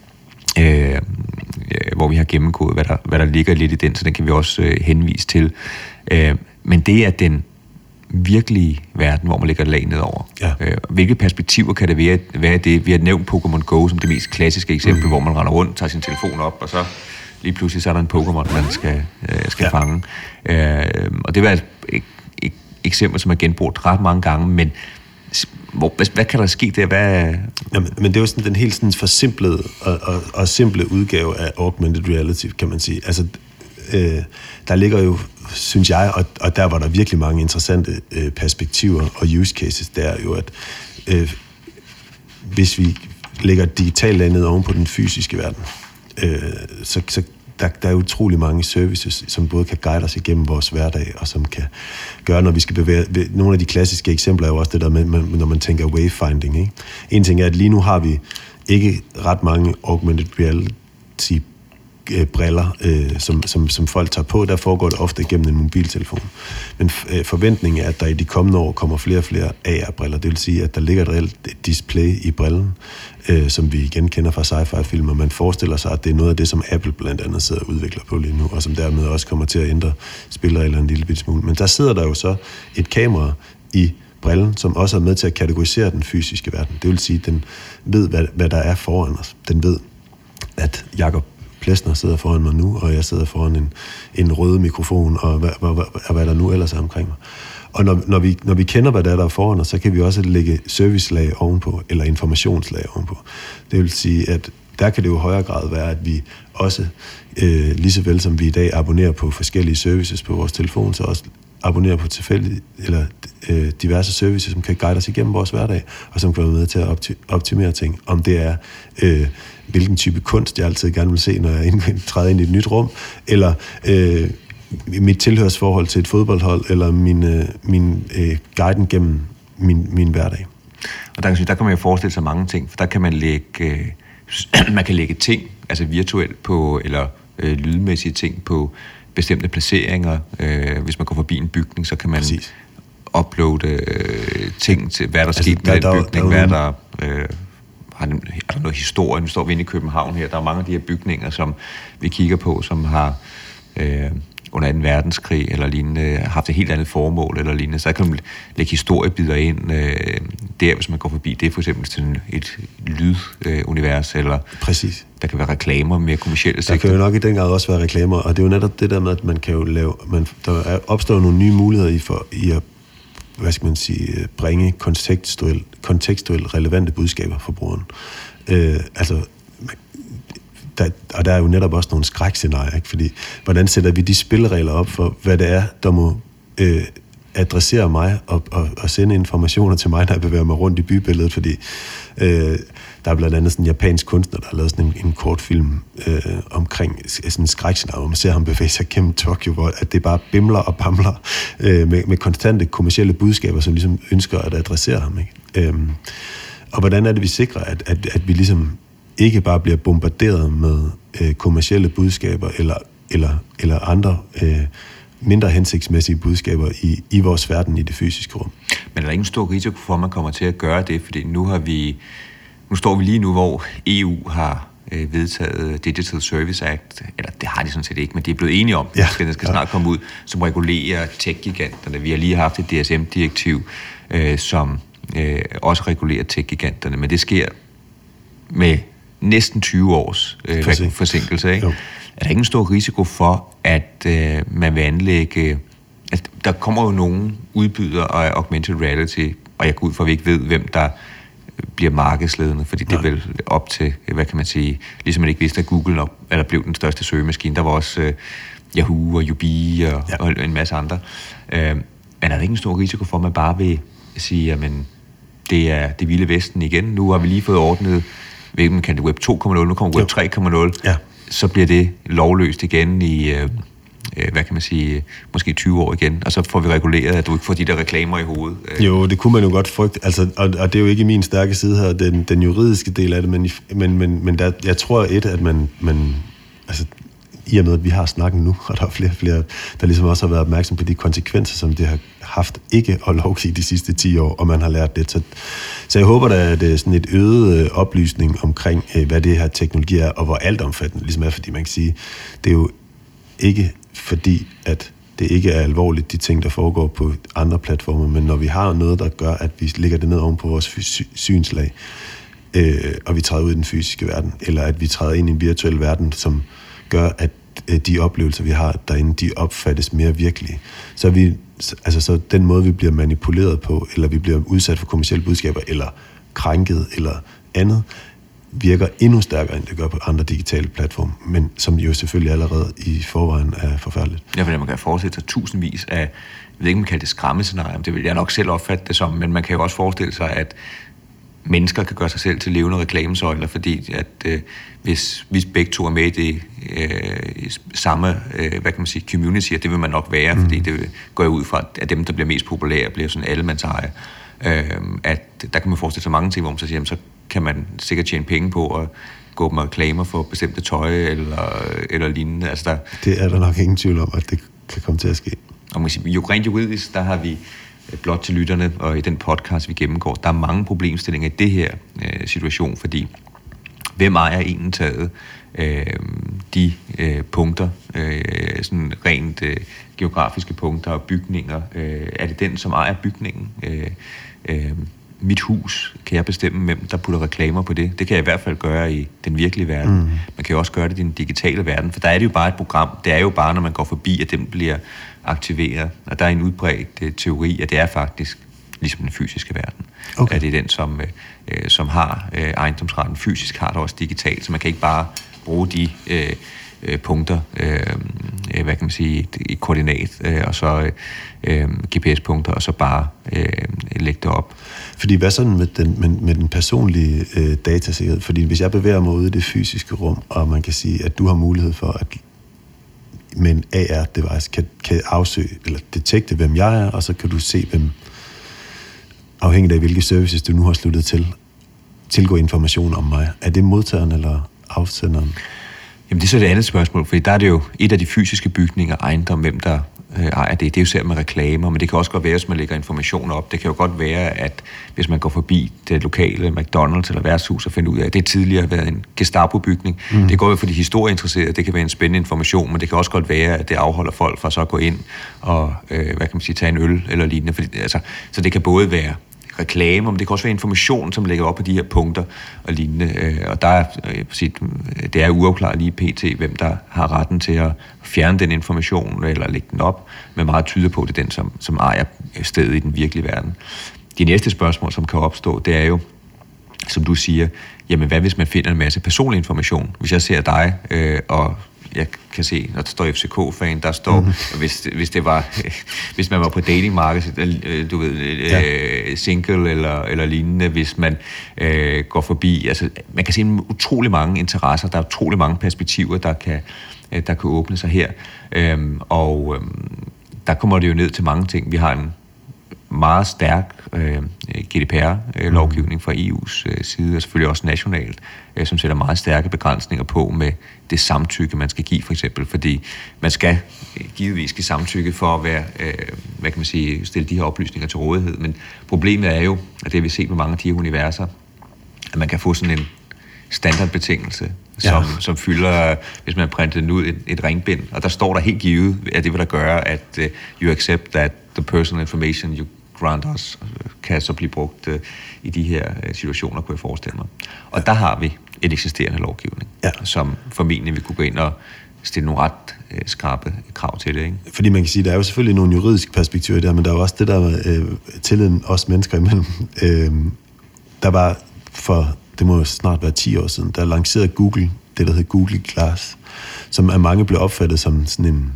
øh, hvor vi har gennemgået, hvad der, hvad der ligger lidt i den, så den kan vi også øh, henvise til. Øh, men det er den virkelige verden, hvor man lægger lag nedover. Ja. Øh, hvilke perspektiver kan det være, være det? Vi har nævnt Pokémon Go som det mest klassiske eksempel, mm. hvor man render rundt, tager sin telefon op, og så lige pludselig så er der en Pokémon, man skal, øh, skal ja. fange. Øh, og det var et, et, et eksempel, som er genbrugt ret mange gange, men hvor, hvad, hvad kan der ske der? Hvad... Jamen, men det er jo sådan den helt sådan forsimplede og, og, og simple udgave af augmented reality, kan man sige. Altså, øh, der ligger jo, synes jeg, og, og der var der virkelig mange interessante øh, perspektiver og use cases, der er jo, at øh, hvis vi lægger digitalt lag ned oven på den fysiske verden, øh, så, så der, der er utrolig mange services, som både kan guide os igennem vores hverdag, og som kan gøre, når vi skal bevæge... Nogle af de klassiske eksempler er jo også det der med, når man tænker wayfinding, ikke? En ting er, at lige nu har vi ikke ret mange augmented reality briller, øh, som, som, som folk tager på. Der foregår det ofte igennem en mobiltelefon. Men øh, forventningen er, at der i de kommende år kommer flere og flere A R-briller. Det vil sige, at der ligger et reelt display i brillen, øh, som vi igen kender fra sci-fi-film, og man forestiller sig, at det er noget af det, som Apple blandt andet sidder og udvikler på lige nu, og som dermed også kommer til at ændre spilleregler en lille bit smule. Men der sidder der jo så et kamera i brillen, som også er med til at kategorisere den fysiske verden. Det vil sige, at den ved, hvad, hvad der er foran os. Den ved, at Jakob Plesner sidder foran mig nu, og jeg sidder foran en, en rød mikrofon, og hvad, hvad, hvad, hvad der nu ellers er omkring mig. Og når, når, vi, når vi kender, hvad der er der foran os, så kan vi også lægge servicelag ovenpå, eller informationslag ovenpå. Det vil sige, at der kan det jo i højere grad være, at vi også, øh, lige så vel som vi i dag abonnerer på forskellige services på vores telefon, så også abonnerer på tilfældige, eller øh, diverse services, som kan guide os igennem vores hverdag, og som kan være med til at opti- optimere ting. Om det er, øh, hvilken type kunst, jeg altid gerne vil se, når jeg træder ind i et nyt rum, eller øh, mit tilhørsforhold til et fodboldhold, eller min, øh, min øh, guiden gennem min, min hverdag. Og der kan, der kan man jo forestille sig mange ting, for der kan man lægge, øh, man kan lægge ting, altså virtuelt på, eller øh, lydmæssige ting på bestemte placeringer. Øh, hvis man går forbi en bygning, så kan man Præcis. uploade øh, ting til, hvad der altså, skete med der, den bygning, der, der, hvad der... Øh, er der noget historie? Nu står vi inde i København her. Der er mange af de her bygninger, som vi kigger på, som har øh, under anden verdenskrig eller lignende haft et helt andet formål eller lignende. Så kan man lægge historiebider ind øh, der, hvis man går forbi. Det er for eksempel sådan et lydunivers, øh, eller Præcis. Der kan være reklamer mere kommercielle sigter. Der kan jo nok i den grad også være reklamer, og det er jo netop det der med, at man kan jo lave... Man, der opstår nogle nye muligheder i, for, i at hvad skal man sige, bringe kontekstuelt, kontekstuelt relevante budskaber for brugeren. Øh, altså, der, og der er jo netop også nogle skrækscenarier, ikke? Fordi, hvordan sætter vi de spilleregler op for, hvad det er, der må øh, adressere mig og, og, og sende informationer til mig, når jeg bevæger mig rundt i bybilledet, fordi øh, der er blandt andet sådan en japansk kunstner, der har lavet sådan en, en kortfilm øh, omkring sådan en skrækscenarie, hvor man ser ham bevæge sig gennem Tokyo, hvor at det bare bimler og bamler øh, med, med konstante kommercielle budskaber, som ligesom ønsker at adressere ham. Ikke? Øhm, og hvordan er det, vi sikrer, at, at, at vi ligesom ikke bare bliver bombarderet med øh, kommercielle budskaber eller, eller, eller andre øh, mindre hensigtsmæssige budskaber i, i vores verden i det fysiske rum. Men er der ingen stor risiko for, at man kommer til at gøre det? Fordi nu har vi, nu står vi lige nu, hvor E U har øh, vedtaget Digital Service Act, eller det har de sådan set ikke, men de er blevet enige om, ja, at det skal snart komme ud, som regulerer tech-giganterne. Vi har lige haft et D S M-direktiv, øh, som øh, også regulerer tech-giganterne, men det sker med næsten tyve års øh, forsinkelse. Ikke? Er der ingen stor risiko for, at øh, man vil anlægge... Altså, der kommer jo nogle udbydere af augmented reality, og jeg går ud fra, at vi ikke ved, hvem der bliver markedsledende, fordi det er vel op til, hvad kan man sige, ligesom man ikke vidste, at Google op, eller blev den største søgemaskine. Der var også øh, Yahoo og Ubi og, ja. og en masse andre. Øh, men er der ikke en stor risiko for, at man bare vil sige, jamen, det er det vilde vesten igen. Nu har vi lige fået ordnet, hvilken kan det web to punkt nul, nu kommer web tre punkt nul. Ja. Så bliver det lovløst igen i, øh, hvad kan man sige, måske tyve år igen, og så får vi reguleret, at du ikke får de der reklamer i hovedet. Jo, det kunne man jo godt frygte, altså, og, og det er jo ikke min stærke side her, den, den juridiske del af det, men, men, men, men der, jeg tror et, at man, man altså, i og med, at vi har snakken nu, og der er flere og flere, der ligesom også har været opmærksom på de konsekvenser, som det har haft ikke at lovgive de sidste ti år, og man har lært det. Så, så jeg håber, at det er sådan et øget oplysning omkring, hvad det her teknologi er, og hvor alt omfattende ligesom er, fordi man kan sige, det er jo ikke fordi, at det ikke er alvorligt, de ting, der foregår på andre platforme, men når vi har noget, der gør, at vi lægger det ned oven på vores fys- synslag, øh, og vi træder ud i den fysiske verden, eller at vi træder ind i en virtuel verden, som gør, at de oplevelser, vi har derinde, de opfattes mere virkelige. Så er vi, altså så den måde, vi bliver manipuleret på, eller vi bliver udsat for kommercielle budskaber, eller krænket, eller andet, virker endnu stærkere, end det gør på andre digitale platforme, men som jo selvfølgelig allerede i forvejen er forfærdeligt. Ja, for man kan forestille sig tusindvis af, jeg ved ikke, man kalder det skræmmescenarier, det vil jeg nok selv opfatte det som, men man kan jo også forestille sig, at mennesker kan gøre sig selv til levende reklamesøjler, fordi at øh, hvis vi begge to er med i det øh, samme, øh, hvad kan man sige, community, og det vil man nok være, mm. fordi det går ud fra, at dem, der bliver mest populære, bliver sådan allemandseje. Øh, at der kan man forestille sig mange ting, hvor man så siger, jamen, så kan man sikkert tjene penge på at gå med reklamer for bestemte tøj eller, eller lignende. Altså der, det er der nok ingen tvivl om, at det kan komme til at ske. Og man kan sige, jo rent juridisk, der har vi blot til lytterne, og i den podcast, vi gennemgår, der er mange problemstillinger i det her øh, situation, fordi hvem ejer egentlig taget øh, de øh, punkter, øh, sådan rent øh, geografiske punkter og bygninger? Øh, er det den, som ejer bygningen? Øh, øh, mit hus, kan jeg bestemme, hvem der putter reklamer på det? Det kan jeg i hvert fald gøre i den virkelige verden. Mm. Man kan jo også gøre det i den digitale verden, for der er det jo bare et program. Det er jo bare, når man går forbi, at den bliver aktiveret. Og der er en udbredt øh, teori, at det er faktisk ligesom den fysiske verden. Okay. At det er den, som, øh, som har øh, ejendomsretten fysisk, har det også digitalt, så man kan ikke bare bruge de øh, øh, punkter, øh, hvad kan man sige, i koordinat, øh, og så øh, G P S-punkter, og så bare øh, lægge det op. Fordi hvad sådan med den, med, med den personlige øh, datasikkerhed? Fordi hvis jeg bevæger mig ude i det fysiske rum, og man kan sige, at du har mulighed for at med en A R-device kan, kan afsøge, eller detekte, hvem jeg er, og så kan du se, hvem, afhængigt af hvilke services du nu har sluttet til, tilgå information om mig. Er det modtageren eller afsenderen? Jamen det er så det andet spørgsmål, for der er det jo et af de fysiske bygninger, ejendom, hvem der øh, ejer det. Det er jo selv med reklamer, men det kan også godt være, hvis man lægger information op. Det kan jo godt være, at hvis man går forbi det lokale McDonald's eller værtshus og finder ud af, at det tidligere har været en Gestapo-bygning. Mm. Det kan godt være for de historieinteresserede, det kan være en spændende information, men det kan også godt være, at det afholder folk fra så at gå ind og, øh, hvad kan man sige, tage en øl eller lignende. Fordi, altså, så det kan både være reklamer, men det kan også være information, som lægger op på de her punkter og lignende. Og der er, det er uafklaret lige pt, hvem der har retten til at fjerne den information eller lægge den op, men meget tyder på, at det er den, som, som ejer stedet i den virkelige verden. De næste spørgsmål, som kan opstå, det er jo, som du siger, jamen hvad hvis man finder en masse personlig information? Hvis jeg ser dig, øh, og jeg kan se, når der står F C K-fan, der står, mm-hmm. hvis, hvis det var, hvis man var på datingmarkedet, du ved, ja. øh, single eller, eller lignende, hvis man øh, går forbi, altså man kan se utrolig mange interesser, der er utrolig mange perspektiver, der kan, der kan åbne sig her, øhm, og øhm, der kommer det jo ned til mange ting. Vi har en meget stærk øh, G D P R-lovgivning øh, fra E U's øh, side, og selvfølgelig også nationalt, øh, som sætter meget stærke begrænsninger på med det samtykke, man skal give, for eksempel. Fordi man skal øh, givetvis give samtykke for at være, øh, hvad kan man sige, stille de her oplysninger til rådighed. Men problemet er jo, og det har vi set med mange af de her universer, at man kan få sådan en standardbetingelse, som, ja. som fylder, hvis man printer den ud, et, et ringbind. Og der står der helt givet, at det vil der gøre, at uh, you accept that the personal information you grant us kan så blive brugt uh, i de her uh, situationer, kunne jeg forestille mig. Og ja. der har vi et eksisterende lovgivning, ja. som formentlig vil kunne gå ind og stille nogle ret uh, skarpe krav til det. Ikke? Fordi man kan sige, der er jo selvfølgelig nogle juridiske perspektiver der, men der er jo også det der øh, tilliden os mennesker imellem. Øh, der var for det må jo snart være ti år siden, der lancerede Google det, der hedder Google Glass, som af mange blev opfattet som sådan en,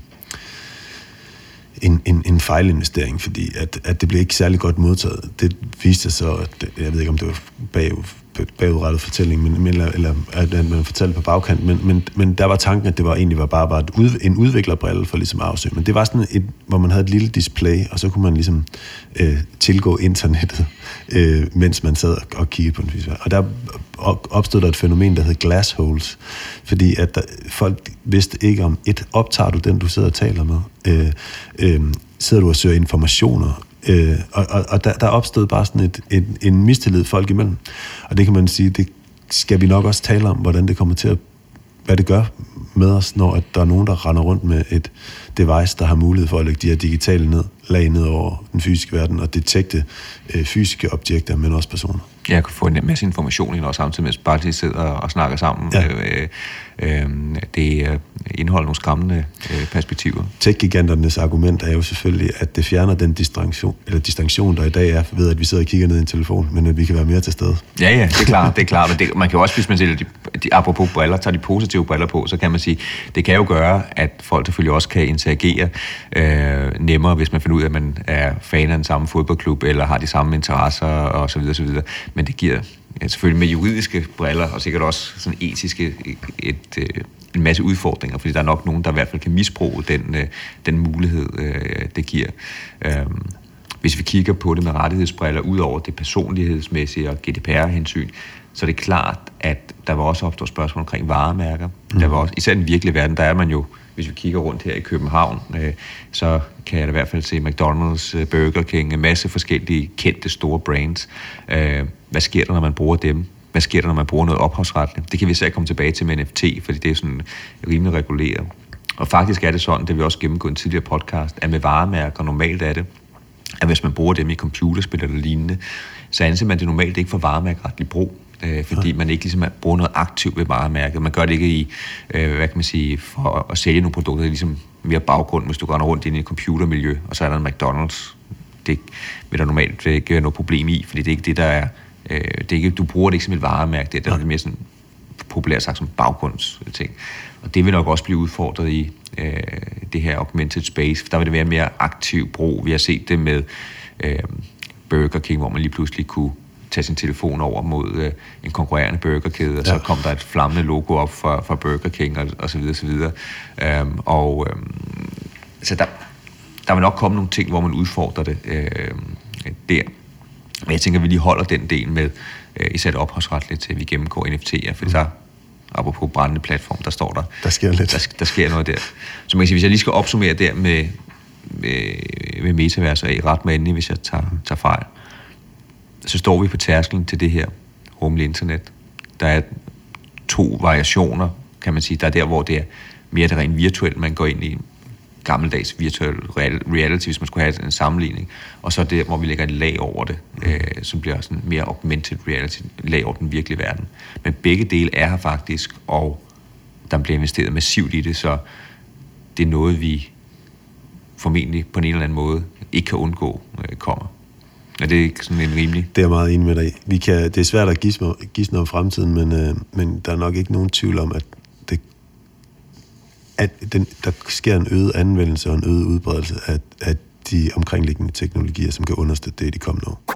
en, en, en fejlinvestering, fordi at, at det blev ikke særlig godt modtaget. Det viste sig så, at jeg ved ikke, om det var bag, bagudrettet fortælling, men, eller, eller at man fortalte på bagkant, men, men, men der var tanken, at det var egentlig var bare var et ud, en udviklerbrille for ligesom at afsøge. Men det var sådan et, hvor man havde et lille display, og så kunne man ligesom øh, tilgå internettet, øh, mens man sad og kiggede på den visuelle. Og der opstod der et fænomen, der hed glass holes, fordi at der, folk vidste ikke om, et, optager du den, du sidder og taler med, øh, øh, sidder du og søger informationer, Øh, og og, og der, der opstod bare sådan et, et, en mistillid folk imellem. Og det kan man sige, det skal vi nok også tale om, hvordan det kommer til at, hvad det gør med os, når at der er nogen, der render rundt med et device, der har mulighed for at lægge de her digitale ned, lag ned over den fysiske verden og detekte øh, fysiske objekter, men også personer. Jeg kan få en masse information ind, og samtidig med bare til at sidde og snakke sammen. Ja. Øh, øh, det øh, indeholder nogle skræmmende øh, perspektiver. Tech-giganternes argument er jo selvfølgelig, at det fjerner den distinktion, eller distinktion, der i dag er, ved at vi sidder og kigger ned i en telefon, men at vi kan være mere til stede. Ja, ja, det er klart. Det er klart. Men det, man kan jo også, hvis man sætter de, de, apropos briller, tager de positive briller på, så kan man sige, det kan jo gøre, at folk selvfølgelig også kan interagere øh, nemmere, hvis man finder ud af, at man er fan af den samme fodboldklub, eller har de samme interesser, og så videre, så videre. Men det giver ja, selvfølgelig med juridiske briller, og sikkert også sådan etiske, et, et, et, en masse udfordringer, fordi der er nok nogen, der i hvert fald kan misbruge den, den mulighed, det giver. Hvis vi kigger på det med rettighedsbriller, ud over det personlighedsmæssige og G D P R-hensyn, så er det klart, at der var også opstået spørgsmål omkring varemærker. Mm. Der var også, især i den virkelige verden, der er man jo, hvis vi kigger rundt her i København, øh, så kan jeg da i hvert fald se McDonald's, Burger King, en masse forskellige kendte store brands. Øh, hvad sker der, når man bruger dem? Hvad sker der, når man bruger noget ophavsretligt? Det kan vi især komme tilbage til med N F T, fordi det er sådan rimelig reguleret. Og faktisk er det sådan, det vi også gennemgået i en tidligere podcast, at med varemærker, normalt er det, at hvis man bruger dem i computerspil eller lignende, så anser man det normalt ikke for varemærkeretlig brug. Øh, fordi man ikke ligesom bruger noget aktivt ved varemærket. Man gør det ikke i, øh, hvad kan man sige, for at sælge nogle produkter, det er ligesom mere baggrund, hvis du går rundt ind i et computermiljø, og så er der en McDonald's. Det vil der normalt ikke være noget problem i, fordi det er ikke det, der er, øh, det er ikke, du bruger det ikke som et varemærke, det er der mere sådan populært sagt som baggrundsting. Og det vil nok også blive udfordret i øh, det her augmented space, for der vil det være en mere aktiv brug. Vi har set det med øh, Burger King, hvor man lige pludselig kunne tage sin telefon over mod øh, en konkurrerende burgerkæde, og ja. Så kom der et flammende logo op for, for Burger King, og, og så videre, så videre. Øhm, og øhm, så der, der vil nok komme nogle ting, hvor man udfordrer det øh, der. Men jeg tænker, at vi lige holder den del med, øh, især det ophavsretligt, til vi gennemgår N F T'er, for mm. så apropos brændende platform, der står der. Der sker lidt. Der, der sker noget der. Så man kan sige, hvis jeg lige skal opsummere der med, med, med metaverser, i ret med endelig, hvis jeg tager, tager fejl, så står vi på tærsklen til det her rummelige internet. Der er to variationer, kan man sige. Der er der, hvor det er mere det rent virtuelt, man går ind i gammeldags virtual reality, hvis man skulle have en sammenligning. Og så der, hvor vi lægger et lag over det, øh, som bliver sådan mere augmented reality, lag over den virkelige verden. Men begge dele er her faktisk, og der bliver investeret massivt i det, så det er noget, vi formentlig på en eller anden måde ikke kan undgå øh, kommer. Er det ikke sådan en rimelig? Det er jeg meget enig med dig i. Vi kan, det er svært at gisne, gisne om fremtiden, men, øh, men der er nok ikke nogen tvivl om, at, det, at den, der sker en øget anvendelse og en øget udbredelse af, af de omkringliggende teknologier, som kan understøtte det i de kommende år.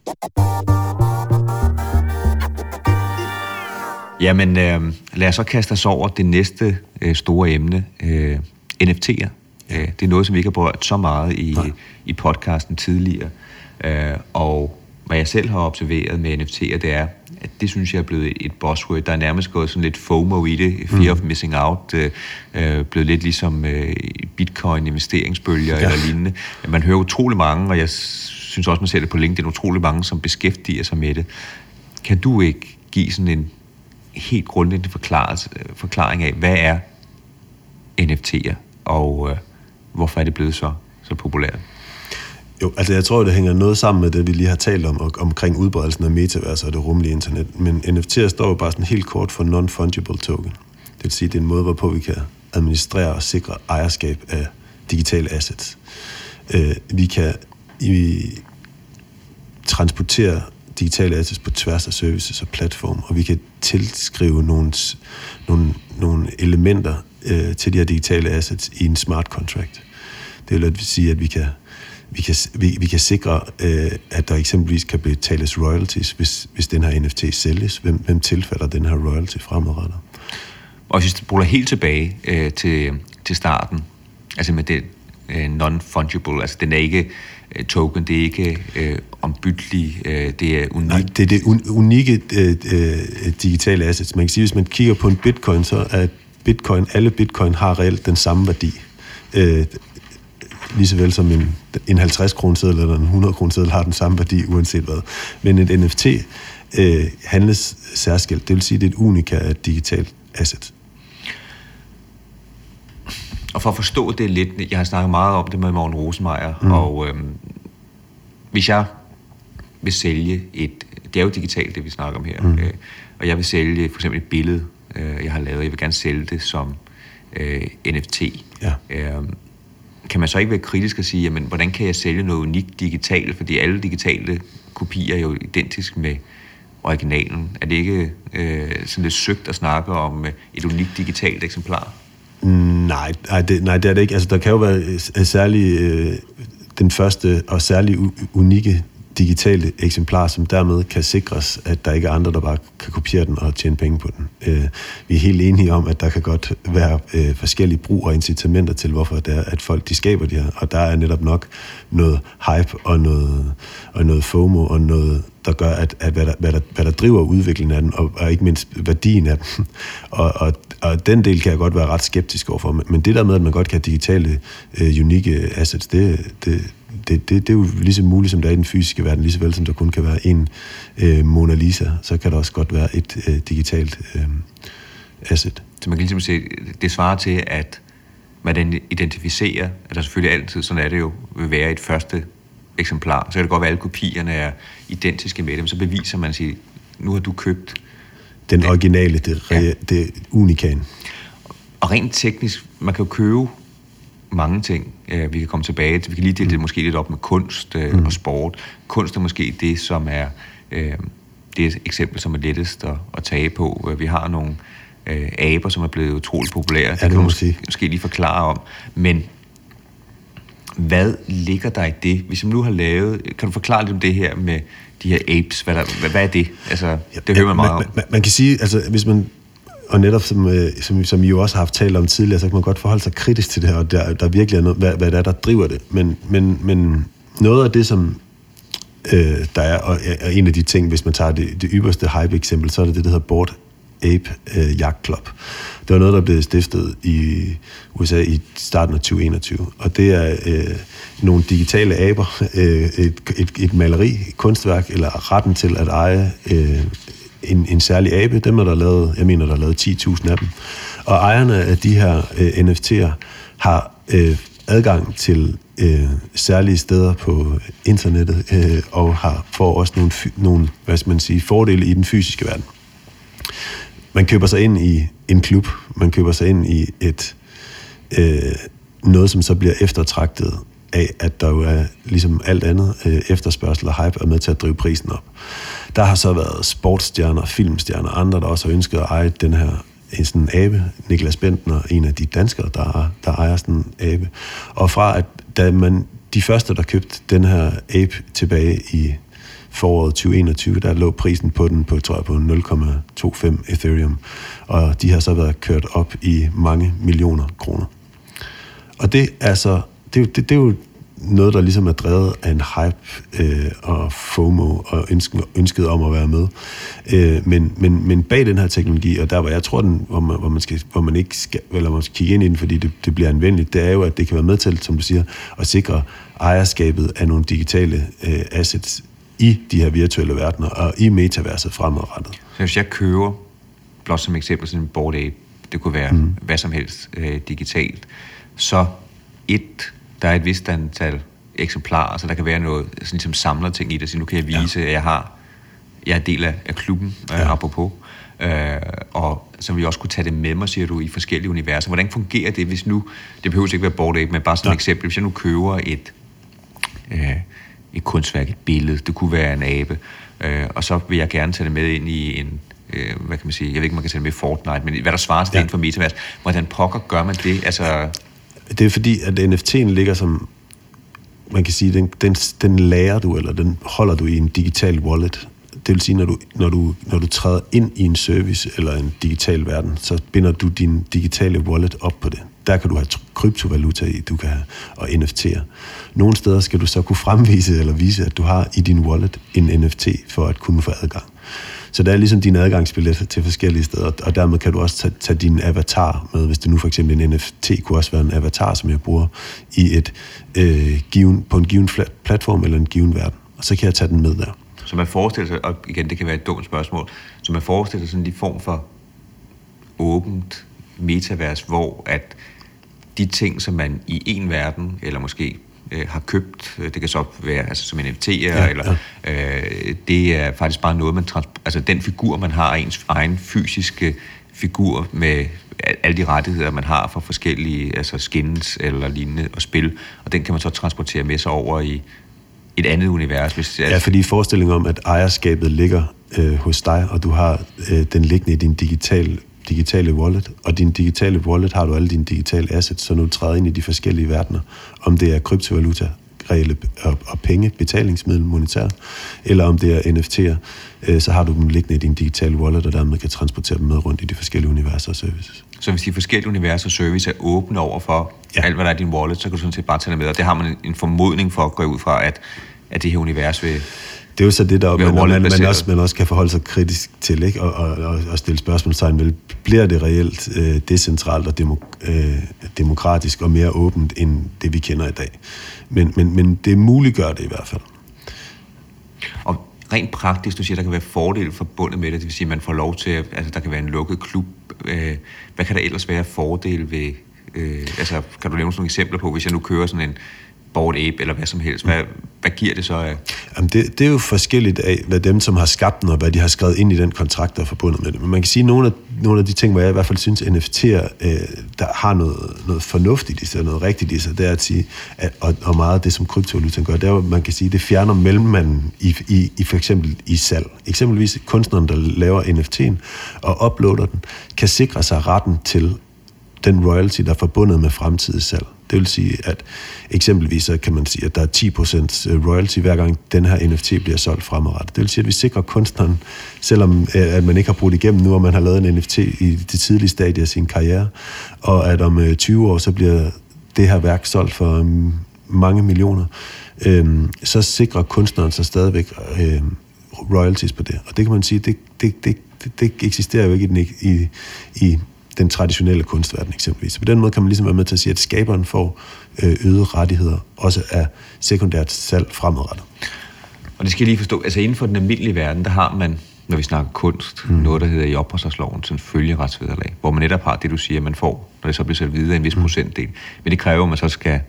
Jamen, øh, lad os så kaste os over det næste øh, store emne, øh, N F T'er. Øh, det er noget, som vi ikke har berørt så meget i, i podcasten tidligere. Uh, og hvad jeg selv har observeret med N F T'er, det er, at det synes jeg er blevet et buzzword. Der er nærmest gået sådan lidt FOMO i det, fear mm. of missing out, uh, uh, blevet lidt ligesom uh, bitcoin-investeringsbølger ja. Eller lignende. Man hører utrolig mange, og jeg synes også, man ser det på LinkedIn, utrolig mange, som beskæftiger sig med det. Kan du ikke give sådan en helt grundlæggende forklaring af, hvad er N F T'er, og uh, hvorfor er det blevet så, så populært? Jo, altså jeg tror, det hænger noget sammen med det, vi lige har talt om, og, omkring udbredelsen af metaverser og det rummelige internet. Men N F T'er står jo bare sådan helt kort for non-fungible token. Det vil sige, det er en måde, hvorpå vi kan administrere og sikre ejerskab af digitale assets. Øh, vi kan i, transportere digitale assets på tværs af services og platform, og vi kan tilskrive nogle, nogle, nogle elementer øh, til de her digitale assets i en smart contract. Det vil sige, at vi kan, vi kan, vi, vi kan sikre, øh, at der eksempelvis kan betales royalties, hvis, hvis den her N F T sælges. Hvem, hvem tilfælder den her royalty fremadrettet? Og hvis vi spoler helt tilbage øh, til, til starten, altså med det øh, non-fungible, altså den er ikke øh, token, det er ikke øh, ombytelig, øh, det er unikt. Nej, det er det un- unikke øh, øh, digitale assets. Man kan sige, hvis man kigger på en bitcoin, så er bitcoin, alle bitcoin har reelt den samme værdi. Øh, lige så vel som en, en halvtreds kroner seddel eller en hundrede kroner seddel har den samme værdi, uanset hvad. Men et N F T øh, handles særskilt. Det vil sige, at det er et unika af et digitalt asset. Og for at forstå det lidt, jeg har snakket meget om det med Morten Rosenmeier, mm. og øhm, hvis jeg vil sælge et, det er jo digitalt, det vi snakker om her, mm. øh, og jeg vil sælge for eksempel et billede, øh, jeg har lavet, jeg vil gerne sælge det som øh, N F T. Ja. Øh, kan man så ikke være kritisk og sige, jamen, hvordan kan jeg sælge noget unikt digitalt, fordi alle digitale kopier er jo identisk med originalen. Er det ikke øh, sådan lidt søgt at snakke om øh, et unikt digitalt eksemplar? Nej, nej, det, nej, det er det ikke. Altså, der kan jo være særlig øh, den første og særlig u- unikke digitale eksemplar, som dermed kan sikres, at der ikke er andre, der bare kan kopiere den og tjene penge på den. Øh, vi er helt enige om, at der kan godt være øh, forskellige brug og incitamenter til, hvorfor det er, at folk de skaber de her, og der er netop nok noget hype og noget, og noget FOMO og noget, der gør, at, at hvad, der, hvad, der, hvad der driver udviklingen af den, og, og ikke mindst værdien af den. og, og, og den del kan jeg godt være ret skeptisk overfor, men det der med, at man godt kan have digitale, øh, unikke assets, det, det Det, det, det er jo lige så muligt, som der er i den fysiske verden, lige så vel som der kun kan være en øh, Mona Lisa, så kan der også godt være et øh, digitalt øh, asset. Så man kan ligesom se, det svarer til, at man identificerer, at der selvfølgelig altid, sådan er det jo, vil være et første eksemplar. Så kan det godt være, at alle kopierne er identiske med dem, så beviser man sig, nu har du købt den originale, det, ja. det unikan. Og rent teknisk, man kan jo købe mange ting. Vi kan komme tilbage til, vi kan lige dele det måske lidt op med kunst øh, mm. og sport. Kunst er måske det, som er øh, det eksempel, som er lettest at, at tage på. Vi har nogle øh, aber, som er blevet utroligt populære. Ja, det, det kan du måske. måske lige forklare om. Men hvad ligger der i det? Hvis man nu har lavet, kan du forklare lidt om det her med de her apes? Hvad, der, hvad, hvad er det? Altså, det ja, hører man meget man, om. Man, man kan sige, altså hvis man og netop som, som, som I jo også har haft talt om tidligere, så kan man godt forholde sig kritisk til det her, og der, der virkelig er noget, hvad, hvad der er, der driver det. Men, men, men noget af det, som øh, der er, og er en af de ting, hvis man tager det, det ypperste hype-eksempel, så er det det, der hedder Bored Ape øh, Yacht Club. Det var noget, der blev stiftet i U S A i starten af tyve enogtyve, og det er øh, nogle digitale aber, øh, et, et, et maleri, et kunstværk, eller retten til at eje øh, En, en særlig abe, dem er der lavet, jeg mener, der er lavet ti tusind af dem. Og ejerne af de her øh, N F T'er har øh, adgang til øh, særlige steder på internettet, øh, og har får også nogle, nogle, hvad skal man sige, fordele i den fysiske verden. Man køber sig ind i en klub, man køber sig ind i et øh, noget, som så bliver eftertragtet af, at der jo er ligesom alt andet øh, efterspørgsel og hype er med til at drive prisen op. Der har så været sportsstjerner, filmstjerner og andre, der også har ønsket at eje den her en sådan abe. Niklas Bentner, en af de danskere, der, der ejer sådan en abe. Og fra at da man, de første, der købte den her abe tilbage i foråret tyve enogtyve, der lå prisen på den på, tror jeg, på nul komma femogtyve Ethereum. Og de har så været kørt op i mange millioner kroner. Og det er så, det, det, det er jo noget, der ligesom er drevet af en hype øh, og FOMO og ønsket, ønsket om at være med. Øh, men, men, men bag den her teknologi, og der hvor jeg tror, den, hvor, man, hvor, man skal, hvor man ikke skal, eller man skal kigge ind i den, fordi det, det bliver anvendeligt, det er jo, at det kan være med til, som du siger, at sikre ejerskabet af nogle digitale øh, assets i de her virtuelle verdener og i metaverset fremadrettet. Så hvis jeg køber, blot som eksempel sådan en Bored Ape, det kunne være mm. hvad som helst øh, digitalt, så et der er et vist antal eksemplarer, så der kan være noget, sådan ligesom samler ting i det, så nu kan jeg vise, ja. at jeg har, jeg er del af, af klubben, ja. øh, apropos, øh, og så vil jeg også kunne tage det med mig, siger du, i forskellige universer. Hvordan fungerer det, hvis nu, det behøver ikke være Bored Ape, men bare sådan ja. et eksempel, hvis jeg nu køber et, øh, et kunstværk, et billede, det kunne være en abe, øh, og så vil jeg gerne tage det med ind i en, øh, hvad kan man sige, jeg ved ikke, man kan tage det med i Fortnite, men hvad der svarer til ja. inden for Metavers. Hvordan pokker gør man det? Altså... Det er fordi, at N F T'en ligger som, man kan sige, den, den, den lærer du, eller den holder du i en digital wallet. Det vil sige, når du, når, du, når du træder ind i en service eller en digital verden, så binder du din digitale wallet op på det. Der kan du have kryptovaluta i, du kan have, og N F T'er. Nogle steder skal du så kunne fremvise eller vise, at du har i din wallet en N F T for at kunne få adgang. Så der er ligesom dine adgangsbilletter til forskellige steder, og dermed kan du også tage, tage din avatar med, hvis det nu for eksempel en N F T kunne også være en avatar, som jeg bruger i et, øh, given, på en given platform eller en given verden. Og så kan jeg tage den med der. Så man forestiller sig, og igen, det kan være et dumt spørgsmål, så man forestiller sig sådan en form for åbent metavers, hvor at de ting, som man i en verden, eller måske øh, har købt, øh, det kan så være altså, som N F T'er, ja, eller ja. øh, det er faktisk bare noget, man trans- altså den figur, man har, ens egen fysiske figur med alle de rettigheder, man har for forskellige altså skins eller lignende og spil, og den kan man så transportere med sig over i et andet univers. Hvis, ja, fordi forestillingen om, at ejerskabet ligger øh, hos dig, og du har øh, den liggende i din digitale, digitale wallet, og din digitale wallet har du alle dine digitale assets, så når du træder ind i de forskellige verdener, om det er kryptovaluta, reelle og, og penge, betalingsmiddel, monetært, eller om det er N F T'er, øh, så har du dem liggende i din digitale wallet, og dermed kan transportere dem med rundt i de forskellige universer og services. Så hvis de forskellige universer og services er åbne over for ja. alt, hvad der er i din wallet, så kan du sådan set bare tage det med, og det har man en formodning for at gå ud fra, at, at det her univers vil... Det er jo så det, der man, man, man, også, man også kan forholde sig kritisk til, ikke? Og, og, og stille spørgsmålstegn, vel, bliver det reelt øh, decentralt og demo, øh, demokratisk og mere åbent, end det vi kender i dag. Men, men, men det muliggør det i hvert fald. Og rent praktisk, du siger, der kan være fordele forbundet med det, det vil sige, at man får lov til, altså der kan være en lukket klub. Øh, hvad kan der ellers være fordele ved, øh, altså kan du nævne nogle eksempler på, hvis jeg nu kører sådan en Bored Ape eller hvad som helst, hvad, hvad giver det så af? Jamen det, det er jo forskelligt af, hvad dem, som har skabt den, og hvad de har skrevet ind i den kontrakt, der er forbundet med det. Men man kan sige, at nogle af, nogle af de ting, hvor jeg i hvert fald synes, N F T'er, øh, der har noget, noget fornuftigt i sig, noget rigtigt i sig, det er at sige, at, og, og meget af det, som kryptovalutaen gør, det er, at man kan sige, det fjerner mellemmanden i, i, i for eksempel i salg. Eksempelvis kunstneren, der laver N F T'en og uploader den, kan sikre sig retten til den royalty, der er forbundet med fremtidig salg. Det vil sige, at eksempelvis så kan man sige, at der er ti procent royalty, hver gang den her N F T bliver solgt fremadrettet. Det vil sige, at vi sikrer kunstneren, selvom at man ikke har brugt igennem nu, og man har lavet en N F T i det tidlige stadie af sin karriere, og at om tyve år, så bliver det her værk solgt for mange millioner, øhm, så sikrer kunstneren sig stadigvæk øhm, royalties på det. Og det kan man sige, det, det, det, det, det eksisterer jo ikke i, den, i, i den traditionelle kunstverden eksempelvis. Så på den måde kan man ligesom være med til at sige, at skaberen får øgede rettigheder, også af sekundært salg fremadrettet. Og det skal jeg lige forstå, altså inden for den almindelige verden, der har man, når vi snakker kunst, mm. noget, der hedder i ophavsretsloven, sådan følgeretsvederlag, hvor man netop har det, du siger, man får, når det så bliver sat videre en vis mm. procentdel. Men det kræver, at man så skal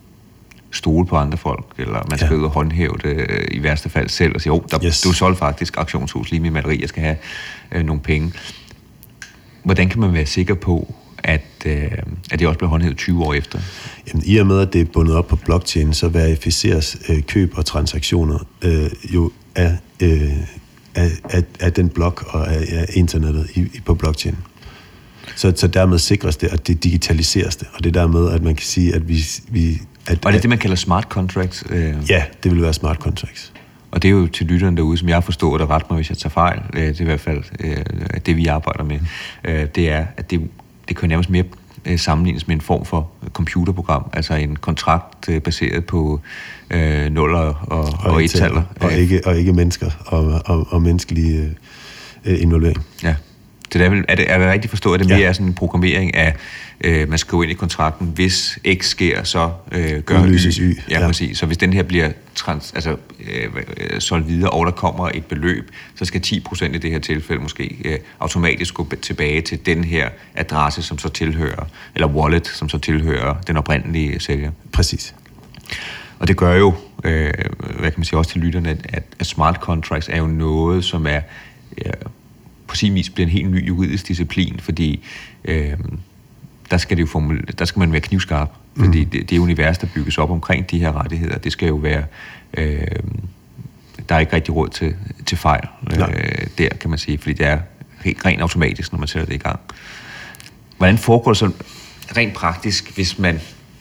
stole på andre folk, eller man skal ja. ud og håndhæve det i værste fald selv, og sige, oh, der, yes. du solgte faktisk auktionshus, lige med maleri, jeg skal have øh, nogle penge. Hvordan kan man være sikker på, at, øh, at det også bliver håndhævet tyve år efter? Jamen, i og med, at det er bundet op på blockchain, så verificeres øh, køb og transaktioner øh, jo af, øh, af, af, af den blok og af, af internettet i, i, på blockchain. Så, så dermed sikres det, at det digitaliseres det, og det er dermed, at man kan sige, at vi... vi at, og det er det, man kalder smart contracts? Øh. Ja, det vil være smart contracts. Og det er jo til lytterne derude, som jeg forstår, der ret mig, hvis jeg tager fejl. Det er i hvert fald det, vi arbejder med. Det er, at det, det kan nærmest mere sammenlignes med en form for computerprogram. Altså en kontrakt baseret på øh, nuller og, og, og et-taller. Og ikke, og ikke mennesker og, og, og menneskelig øh, involvering. Ja. Så det er, vel, er, det, er det rigtigt forstået, at det mere ja. er sådan en programmering af, øh, man skriver ind i kontrakten, hvis X sker, så øh, gør Y. y. Ja, ja, præcis. Så hvis den her bliver trans, altså, øh, solgt videre, og der kommer et beløb, så skal ti procent i det her tilfælde måske øh, automatisk gå tilbage til den her adresse, som så tilhører, eller wallet, som så tilhører den oprindelige sælger. Præcis. Og det gør jo, øh, hvad kan man sige, også til lytterne, at, at smart contracts er jo noget, som er... Øh, på sin vis bliver en helt ny juridisk disciplin, fordi øh, der, skal det jo formule, der skal man være knivskarp, fordi mm. det, det univers, der bygges op omkring de her rettigheder, det skal jo være øh, der er ikke rigtig råd til, til fejl øh, der, kan man sige, fordi det er helt rent automatisk, når man sætter det i gang. Hvordan foregår det så rent praktisk, hvis man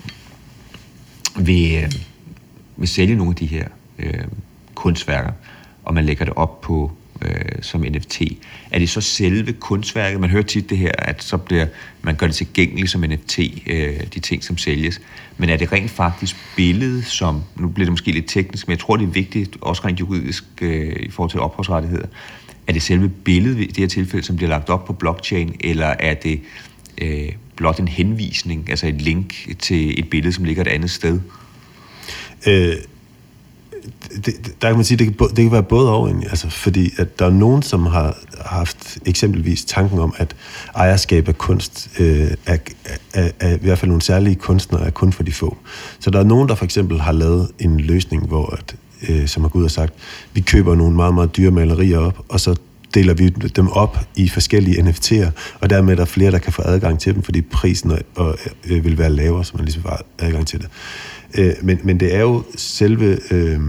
vil, øh, vil sælge nogle af de her øh, kunstværker, og man lægger det op på øh, som N F T? Er det så selve kunstværket? Man hører tit det her, at så bliver, man gør det tilgængeligt som N F T, øh, de ting, som sælges. Men er det rent faktisk billedet, som, nu bliver det måske lidt teknisk, men jeg tror, det er vigtigt, også rent juridisk øh, i forhold til ophavsrettigheder, er det selve billedet i det her tilfælde, som bliver lagt op på blockchain, eller er det øh, blot en henvisning, altså et link til et billede, som ligger et andet sted? Øh, det, der kan man sige, det kan, det kan være både og, altså, fordi at der er nogen, som har haft eksempelvis tanken om, at ejerskab af kunst øh, er, er, er i hvert fald nogle særlige kunstnere er kun for de få. Så der er nogen, der for eksempel har lavet en løsning, hvor at, øh, som har gået ud og sagt, vi køber nogle meget, meget dyre malerier op, og så deler vi dem op i forskellige N F T'er, og dermed er der flere, der kan få adgang til dem, fordi prisen og, øh, vil være lavere, så man ligesom får adgang til det. Øh, men, men det er jo selve... Øh...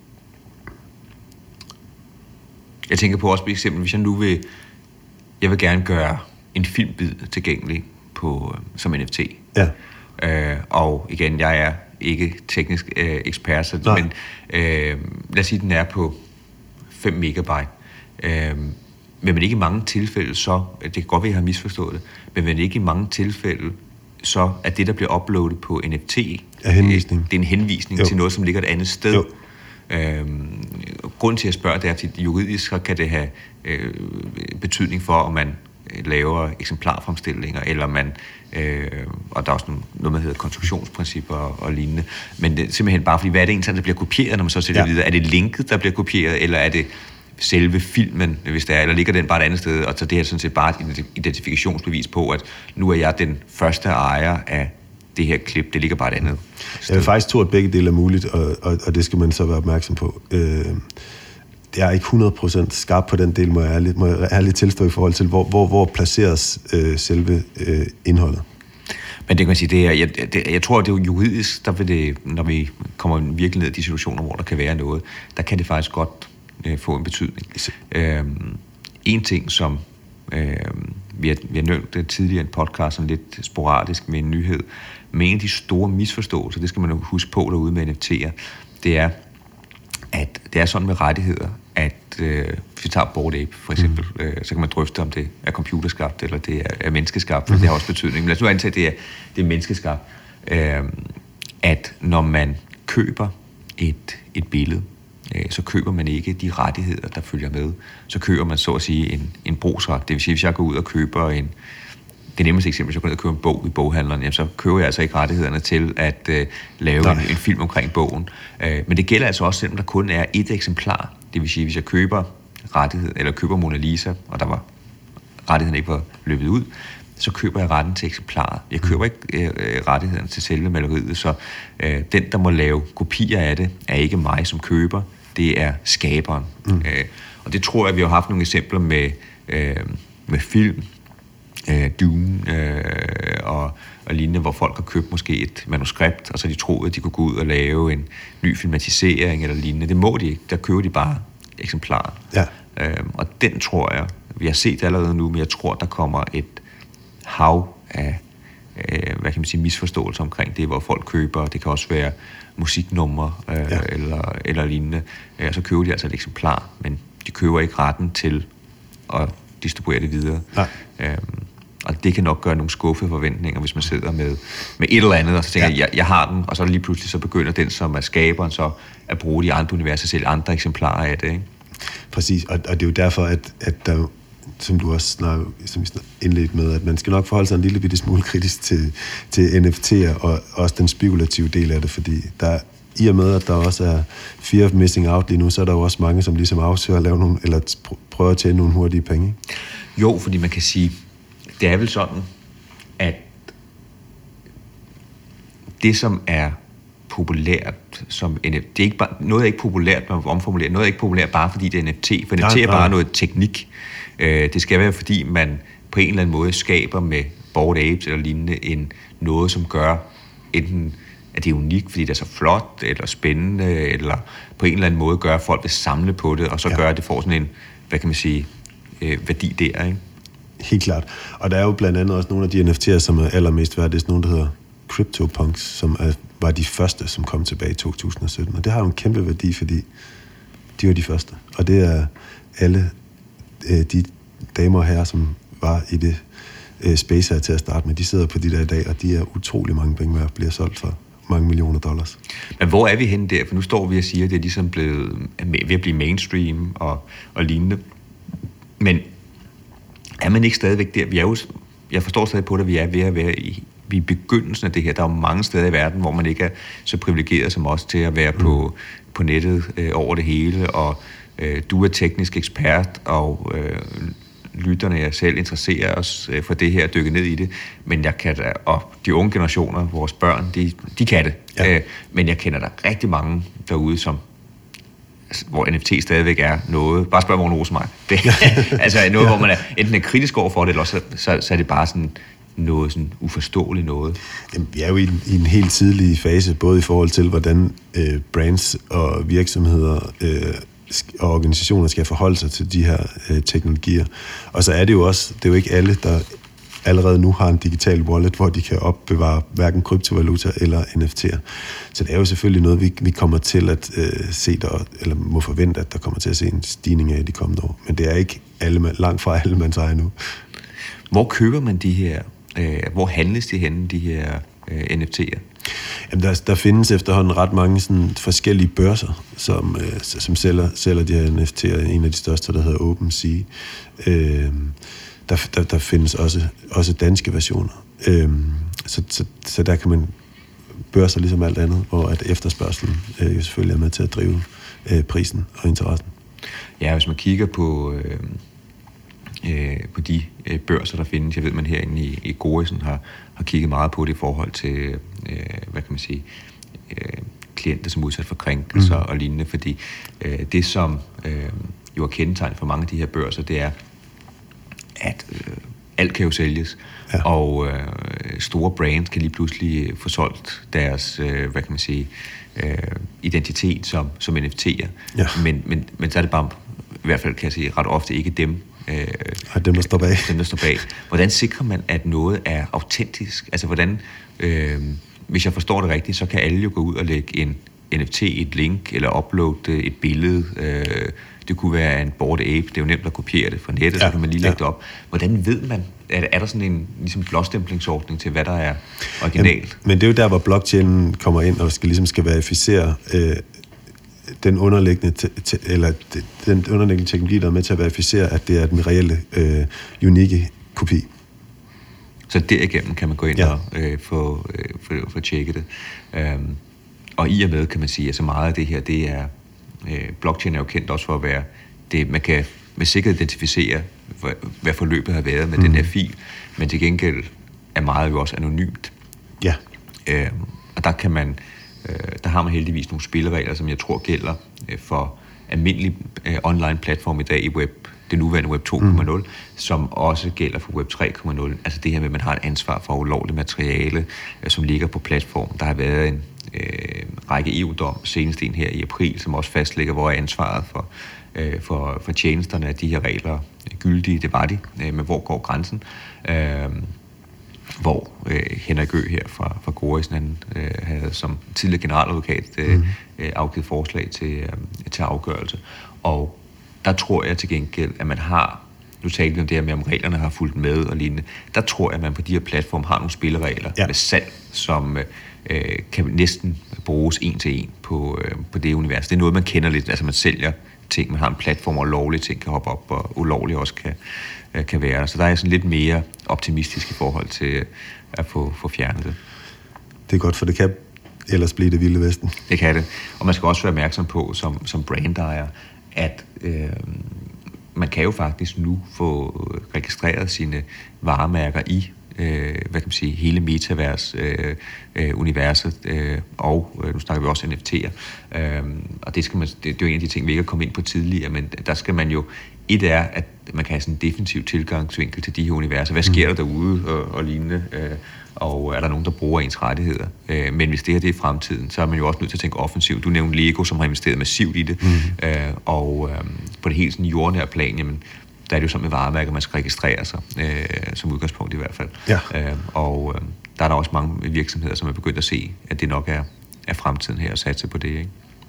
Jeg tænker på også et eksempel, hvis jeg nu vil... Jeg vil gerne gøre en filmbid tilgængelig på, som N F T. Ja. Øh, og igen, jeg er ikke teknisk øh, ekspert, så, men øh, lad os sige, den er på fem megabyte. Øh, men man ikke i mange tilfælde så, det kan godt være, jeg har misforstået det, men man ikke i mange tilfælde så, at det, der bliver uploadet på N F T, er henvisning. Det er en henvisning jo. Til noget, som ligger et andet sted. Jo. Øhm, grunden til at spørge, det er, at juridisk så kan det have øh, betydning for, om man laver eksemplarfremstillinger, eller man, øh, og der er også noget, man hedder konstruktionsprincipper og, og lignende, men det er simpelthen bare, fordi hvad er det egentlig, der bliver kopieret, når man så sætter ja. videre? Er det linket, der bliver kopieret, eller er det selve filmen, hvis det er, eller ligger den bare et andet sted, og så det er sådan set bare et identifikationsbevis på, at nu er jeg den første ejer af det her klip, det ligger bare et andet sted. Jeg faktisk tror, at begge dele er muligt, og, og, og det skal man så være opmærksom på. Øh, jeg er ikke hundrede procent skarp på den del, må jeg ærligt, må jeg ærligt tilstå i forhold til, hvor, hvor, hvor placeres øh, selve øh, indholdet. Men det kan man sige, det er, jeg, det, jeg tror, at det er juridisk, der vil det, når vi kommer virkelig ned i de situationer, hvor der kan være noget, der kan det faktisk godt øh, få en betydning. Øhm, en ting, som øh, vi har, vi har nævnt det tidligere i en podcast, sådan lidt sporadisk med en nyhed, men en af de store misforståelser, det skal man jo huske på derude med N F T'er, det er, at det er sådan med rettigheder, at øh, hvis vi tager Bored Ape for eksempel, mm. øh, så kan man drøfte, om det er computerskabt, eller det er, er menneskeskabt, for mm. det har også betydning. Men lad os nu antage, at det er, det er menneskeskabt. Øh, at når man køber et, et billede, øh, så køber man ikke de rettigheder, der følger med. Så køber man så at sige en, en brugsret. Det vil sige, hvis jeg går ud og køber en... Det nemmeste eksempel, hvis jeg går ned og køber en bog i boghandleren, jamen, så køber jeg altså ikke rettighederne til at øh, lave en, en film omkring bogen. Øh, men det gælder altså også, selvom der kun er et eksemplar. Det vil sige, hvis jeg køber rettighed, eller køber Mona Lisa, og der var rettigheden ikke var løbet ud, så køber jeg retten til eksemplaret. Jeg køber ikke øh, rettigheden til selve maleriet, så øh, den, der må lave kopier af det, er ikke mig som køber, det er skaberen. Mm. Øh, og det tror jeg, vi har haft nogle eksempler med, øh, med film, øh, Dune øh, og, og lignende, hvor folk har købt måske et manuskript, og så de troede, at de kunne gå ud og lave en ny filmatisering eller lignende. Det må de ikke. Der køber de bare eksemplarer. Ja. Øh, og den tror jeg, vi har set allerede nu, men jeg tror, der kommer et hav af øh, hvad kan man sige, misforståelser omkring det, hvor folk køber. Det kan også være musiknumre øh, ja. eller, eller lignende. Øh, så køber de altså et eksemplar, men de køber ikke retten til at distribuere det videre. Øhm, og det kan nok gøre nogle skuffede forventninger, hvis man sidder med, med et eller andet, og så tænker ja. jeg, jeg har den, og så lige pludselig så begynder den, som er skaberen, så at bruge de andre universer, selv andre eksemplarer af det. Ikke? Præcis, og, og det er jo derfor, at, at der, som du også snart, som vi indledte med, at man skal nok forholde sig en lille bitte smule kritisk til, til N F T'er, og også den spekulative del af det, fordi der i og med, at der også er fear of missing out lige nu, så er der jo også mange, som ligesom afsøger at lave nogle, eller prøver at tjene nogle hurtige penge. Jo, fordi man kan sige, det er vel sådan, at det, som er populært som N F T, det er ikke bare, noget er ikke populært, man omformulerer, noget er ikke populært bare fordi det er N F T, for N F T er bare noget teknik. Det skal være, fordi man på en eller anden måde skaber med Bored Apes eller lignende en, noget, som gør enten at det er unikt, fordi det er så flot, eller spændende, eller på en eller anden måde gør, at folk vil samle på det, og så ja. gør, at det får sådan en, hvad kan man sige, øh, værdi der, ikke? Helt klart. Og der er jo blandt andet også nogle af de N F T'er, som er allermest værd. Det er sådan nogle, der hedder CryptoPunks, som er, var de første, som kom tilbage i to tusind og sytten. Og det har jo en kæmpe værdi, fordi de var de første. Og det er alle øh, de damer og herrer, som var i det øh, space her til at starte med. De sidder på de der i dag, og de er utrolig mange penge værd, bliver solgt for mange millioner dollars. Men hvor er vi henne der? For nu står vi og siger, at det er ligesom blevet, ved at blive mainstream og, og lignende. Men er man ikke stadigvæk der? Vi er jo, jeg forstår stadig på det, at vi er ved at være i, i begyndelsen af det her. Der er jo mange steder i verden, hvor man ikke er så privilegeret som os til at være mm. på, på nettet øh, over det hele, og øh, du er teknisk ekspert, og øh, lytterne jeg selv interesserer os øh, for det her, dykke ned i det, men jeg kan da, og de unge generationer, vores børn, de, de kan det. Ja. Øh, men jeg kender der rigtig mange derude, som hvor N F T stadigvæk er noget, bare spørg Morten Rosenmark. Det, altså noget, ja. hvor man er enten er kritisk over for det, eller så, så, så er det bare sådan noget sådan uforståeligt noget. Jamen, vi er jo i en, i en helt tidlig fase, både i forhold til, hvordan øh, brands og virksomheder øh, og organisationer skal forholde sig til de her øh, teknologier. Og så er det jo også, det er jo ikke alle, der allerede nu har en digital wallet, hvor de kan opbevare hverken kryptovaluta eller N F T'er. Så det er jo selvfølgelig noget, vi, vi kommer til at øh, se der, eller må forvente, at der kommer til at se en stigning af de kommende år. Men det er ikke alle, langt fra alle, man tager nu. Hvor køber man de her, øh, hvor handles de henne, de her øh, N F T'er? Jamen, der, der findes efterhånden ret mange sådan, forskellige børser, som, øh, som sælger, sælger de her N F T'er. En af de største, der hedder OpenSea. Øh, Der, der, der findes også, også danske versioner. Øhm, så, så, så der kan man børser ligesom alt andet, hvor at efterspørgselen øh, jo selvfølgelig er med til at drive øh, prisen og interessen. Ja, hvis man kigger på, øh, øh, på de øh, børser, der findes, jeg ved, man herinde i, i Gorisen har, har kigget meget på det i forhold til, øh, hvad kan man sige, øh, klienter, som er udsat for krænkelser mm. og lignende, fordi øh, det, som øh, jo er kendetegnet for mange af de her børser, det er, at øh, alt kan jo sælges, ja. og øh, store brands kan lige pludselig få solgt deres, øh, hvad kan man sige, øh, identitet som, som N F T'er. Ja. Men, men, men så er det bare, i hvert fald kan jeg sige, ret ofte ikke dem, øh, dem, der står bag. dem, der står bag. Hvordan sikrer man, at noget er autentisk? Altså, hvordan, øh, hvis jeg forstår det rigtigt, så kan alle jo gå ud og lægge en N F T, et link, eller uploade et billede. Øh, det kunne være en Bored Ape, det er jo nemt at kopiere det fra nettet, ja, så kan man lige lægge ja. det op. Hvordan ved man, er, er der sådan en ligesom blåstemplingsordning til, hvad der er originalt? Jamen, men det er jo der, hvor blockchainen kommer ind og skal, ligesom skal verificere øh, den underliggende, te, te, eller den underliggende teknologi, der er med til at verificere, at det er den reelle, øh, unikke kopi. Så derigennem kan man gå ind ja. og øh, få, øh, få, få tjekket det. Øhm, og i og med, kan man sige, at så meget af det her, det er øh, blockchain er jo kendt også for at være det, man kan med sikkerhed identificere, hvad forløbet har været med mm. den her fil, men til gengæld er meget jo også anonymt. Ja. Øh, og der kan man, øh, der har man heldigvis nogle spilleregler, som jeg tror gælder øh, for almindelige øh, online platform i dag i web, det nuværende web to punkt nul, mm. som også gælder for web tre punkt nul. Altså det her med, at man har et ansvar for ulovligt materiale, øh, som ligger på platformen. Der har været en øh, række E U-dom, senest en her i april, som også fastlægger, hvor er ansvaret for, øh, for, for tjenesterne, at de her regler gyldige. Det var de, øh, men hvor går grænsen? Øh, hvor øh, Henrik Ø her fra, fra Gorisen, han øh, havde som tidligere generaladvokat øh, mm. øh, afgivet forslag til, øh, til afgørelse. Og der tror jeg til gengæld, at man har, nu talte vi om det her med, om reglerne har fulgt med og lignende, der tror jeg, at man på de her platforme har nogle spilleregler ja. med salg, som øh, kan næsten bruges en til en på, øh, på det univers. Det er noget, man kender lidt, altså man sælger ting, man har en platform, og lovlige ting kan hoppe op, og ulovlige også kan, øh, kan være. Så der er jeg sådan lidt mere optimistisk i forhold til at få, få fjernet det. Det er godt, for det kan ellers blive det vilde vesten. Det kan det. Og man skal også være opmærksom på, som, som brandejer, at øh, man kan jo faktisk nu få registreret sine varemærker i øh, hvad kan man sige, hele metavers øh, øh, universet, øh, og øh, nu snakker vi også N F T'er, øh, og det, skal man, det, det er jo en af de ting, vi ikke har kommet ind på tidligere, men der skal man jo, et er, at man kan have sådan en definitiv tilgangsvinkel til de her universer. Hvad sker der derude og, og lignende? Øh, og er der nogen, der bruger ens rettigheder. Øh, men hvis det her det er fremtiden, så er man jo også nødt til at tænke offensivt. Du nævnte Lego, som har investeret massivt i det, mm. øh, og øh, på det helt sådan jordnære plan, jamen, der er det jo sådan med varemærker, man skal registrere sig, øh, som udgangspunkt i hvert fald. Ja. Øh, og øh, der er der også mange virksomheder, som er begyndt at se, at det nok er, er fremtiden her, og satse på det, ikke?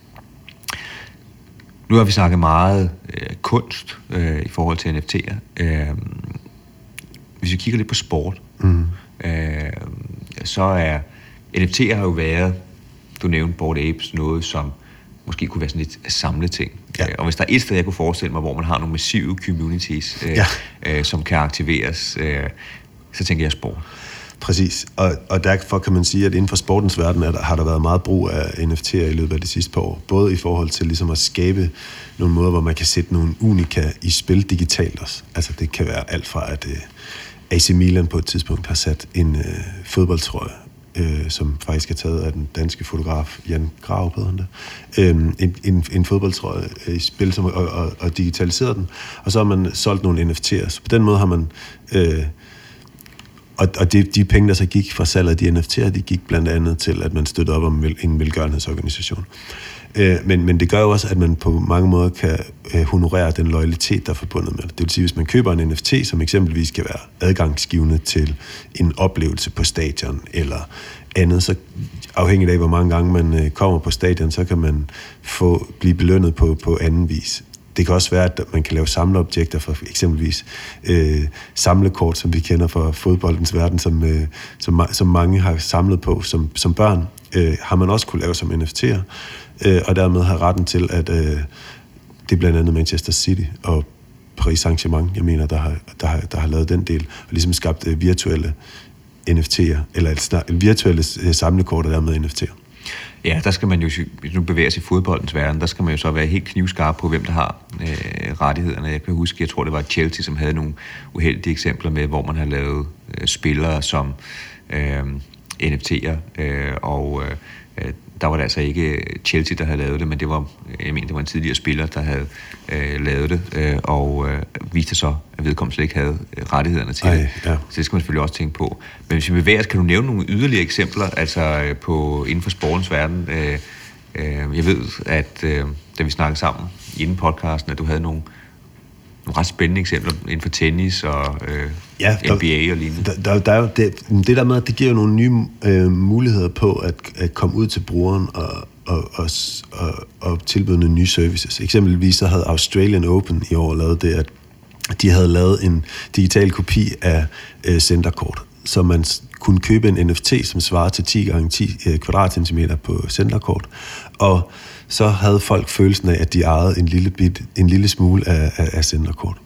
Nu har vi snakket meget øh, kunst øh, i forhold til N F T'er. Øh, hvis vi kigger lidt på sport, mm. øh, så er N F T'er har jo været, du nævnte Bored Apes, noget som måske kunne være sådan lidt samlet ting. Ja. Og hvis der er et sted, jeg kunne forestille mig, hvor man har nogle massive communities, øh, ja. øh, som kan aktiveres, øh, så tænker jeg sport. Præcis, og, og derfor kan man sige, at inden for sportens verden er der, har der været meget brug af N F T'er i løbet af de sidste par år. Både i forhold til ligesom at skabe nogle måder, hvor man kan sætte nogle unika i spil digitalt også. Altså det kan være alt fra, at uh, A C Milan på et tidspunkt har sat en uh, fodboldtrøje, uh, som faktisk er taget af den danske fotograf Jan Grav, hedder han det. Um, en, en, en fodboldtrøje uh, i spil, som, og, og, og digitaliseret den. Og så har man solgt nogle N F T'er. Så på den måde har man... Uh, Og, og de, de penge, der så gik fra salget af de N F T'er, de gik blandt andet til, at man støtter op om en velgørenhedsorganisation. Øh, men, men det gør jo også, at man på mange måder kan øh, honorere den loyalitet, der er forbundet med det. Det vil sige, hvis man køber en N F T, som eksempelvis skal være adgangsgivende til en oplevelse på stadion eller andet, så afhængigt af, hvor mange gange man øh, kommer på stadion, så kan man få blive belønnet på, på anden vis. Det kan også være, at man kan lave samleobjekter for eksempelvis øh, samlekort, som vi kender fra fodboldens verden, som, øh, som, som mange har samlet på som, som børn, øh, har man også kunne lave som N F T'er, øh, og dermed har retten til, at øh, det er blandt andet Manchester City og Paris Saint-Germain, jeg mener, der har, der har, der har lavet den del, og ligesom skabt øh, virtuelle N F T'er, eller et, et virtuelle øh, samlekort, og dermed N F T'er. Ja, der skal man jo, hvis nu bevæger sig i fodboldens verden, der skal man jo så være helt knivskarp på, hvem der har øh, rettighederne. Jeg kan huske, jeg tror, det var Chelsea, som havde nogle uheldige eksempler med, hvor man har lavet øh, spillere som øh, N F T'er, øh, og øh, der var det altså ikke Chelsea, der havde lavet det, men det var, jeg mener, det var en tidligere spiller, der havde øh, lavet det, øh, og øh, viste så, at vedkommende slet ikke havde rettighederne til Ej, det. Ja. Så det skal man selvfølgelig også tænke på. Men hvis vi bevæger os, kan du nævne nogle yderligere eksempler, altså på, inden for sportens verden? Øh, øh, jeg ved, at øh, da vi snakkede sammen inden podcasten, at du havde nogle nogle ret spændende eksempler inden for tennis og øh, ja, der, N B A og lignende. Der, der, der, det, det der med, at det giver jo nogle nye øh, muligheder på at, at komme ud til brugeren og, og, og, og, og tilbyde nogle nye services. Eksempelvis så havde Australian Open i år lavet det, at de havde lavet en digital kopi af øh, centerkort, så man kunne købe en N F T, som svarer til ti gange ti øh, kvadratcentimeter på centerkort, og så havde folk følelsen af, at de ejede en lille, bit, en lille smule af, af, af centerkort.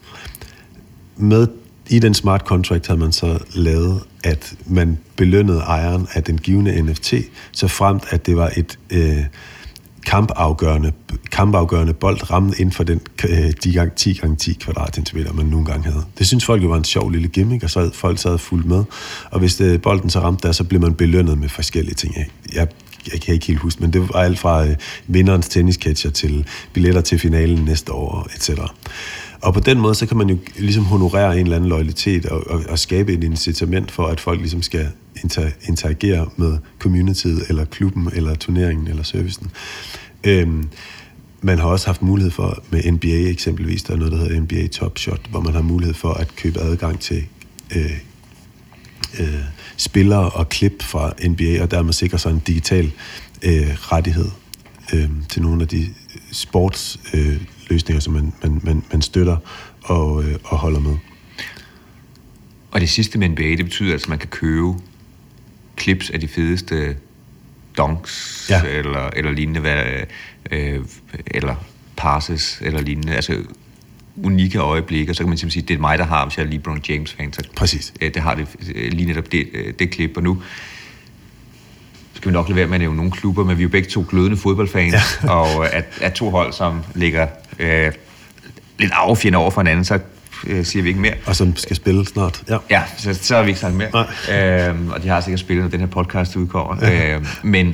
Med, i den smart contract havde man så lavet, at man belønnede ejeren af den givende N F T, så fremt at det var et øh, kampafgørende, kampafgørende bold rammet inden for den øh, ti gange ti kvadratcentimeter, man nogle gange havde. Det synes folk jo var en sjov lille gimmick, og så havde folk sad fuldt med. Og hvis det, bolden så ramte der, så blev man belønnet med forskellige ting. Jeg Jeg kan ikke helt huske, men det var alt fra øh, vinderens tennisketcher til billetter til finalen næste år, et cetera. Og på den måde, så kan man jo ligesom honorere en eller anden loyalitet og, og, og skabe et incitament for, at folk ligesom skal inter, interagere med communityet, eller klubben, eller turneringen, eller servicen. Øhm, man har også haft mulighed for, med N B A eksempelvis, der er noget, der hedder N B A Top Shot, hvor man har mulighed for at købe adgang til øh, øh, spillere og klip fra N B A, og dermed sikre sig en digital øh, rettighed øh, til nogle af de sportsløsninger, øh, som man, man, man, man støtter og, øh, og holder med. Og det sidste med N B A, det betyder altså, at man kan købe clips af de fedeste dunks, ja. eller, eller lignende, hvad, øh, eller passes, eller lignende, altså unikke øjeblikke, og så kan man simpelthen sige, det er mig, der har, hvis jeg er LeBron James-fan, så præcis. Øh, det har det lige netop det, det klip, og nu skal vi nok lade være med at nævne nogle klubber, men vi er jo begge to glødende fodboldfans, ja. og at, at to hold, som ligger øh, lidt affjende over for hinanden, så øh, siger vi ikke mere. Og som skal spille snart. Ja, ja så, så har vi ikke sagt mere. Øh, og de har sikkert spillet, når den her podcast udkommer. Ja. Øh, men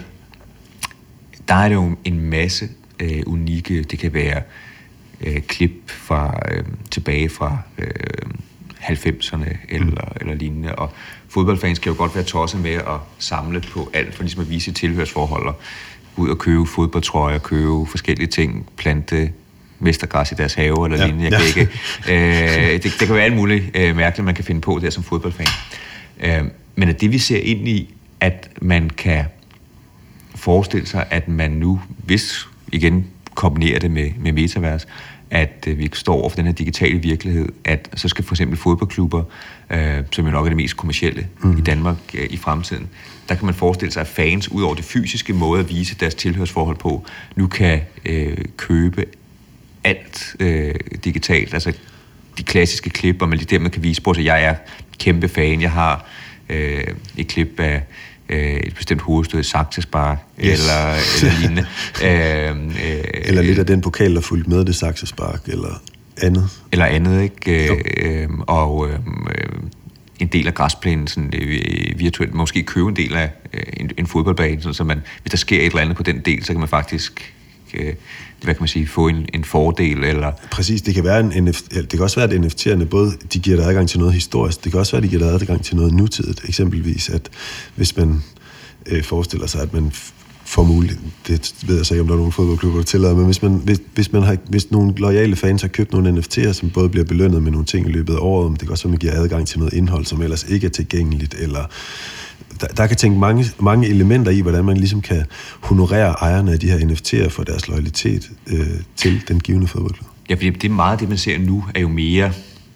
der er det jo en masse øh, unikke, det kan være øh, klip fra, øh, tilbage fra øh, halvfemserne eller, mm. eller lignende. Og fodboldfans kan jo godt være tosset med at samle på alt, for ligesom at vise tilhørsforhold, og ud og købe fodboldtrøjer, købe forskellige ting, plante mestergræs i deres have eller ja. lignende. Jeg kan ikke, øh, det, det kan være alt muligt øh, mærkeligt, man kan finde på der som fodboldfan. Øh, men at det vi ser ind i, at man kan forestille sig, at man nu, hvis igen kombinerer det med, med metavers, at øh, vi står over for den her digitale virkelighed, at så skal for eksempel fodboldklubber, øh, som jo nok er det mest kommercielle mm. i Danmark øh, i fremtiden, der kan man forestille sig, at fans, ud over det fysiske måde at vise deres tilhørsforhold på, nu kan øh, købe alt øh, digitalt, altså de klassiske klip, og man lige dermed kan vise på, at jeg er kæmpe fan, jeg har øh, et klip af øh, et bestemt hovedstød i Saxespark, yes. eller, eller lignende. øh, øh, eller lidt af den pokal, der fulgte med det Saxespark, eller andet. Eller andet, ikke? Øh, og øh, en del af græsplænen, sådan øh, virtuelt, måske købe en del af øh, en, en fodboldbane, sådan, så man, hvis der sker et eller andet på den del, så kan man faktisk øh, hvad kan man sige, få en, en fordel, eller... Præcis, det kan være en N F T, det kan også være, at N F T'erne både, de giver dig adgang til noget historisk, det kan også være, at de giver dig adgang til noget nutidigt, eksempelvis, at hvis man øh, forestiller sig, at man får muligt, det ved jeg så ikke, om der er nogle fodboldklubber, der tillader, men hvis, man, hvis, hvis, man har, hvis nogle loyale fans har købt nogle N F T'er, som både bliver belønnet med nogle ting i løbet af året, det kan også være, at man giver adgang til noget indhold, som ellers ikke er tilgængeligt, eller... Der, der kan tænke mange, mange elementer i, hvordan man ligesom kan honorere ejerne af de her N F T'er for deres loyalitet øh, til den givende fodboldklub. Ja, fordi det er meget, det man ser nu, er jo mere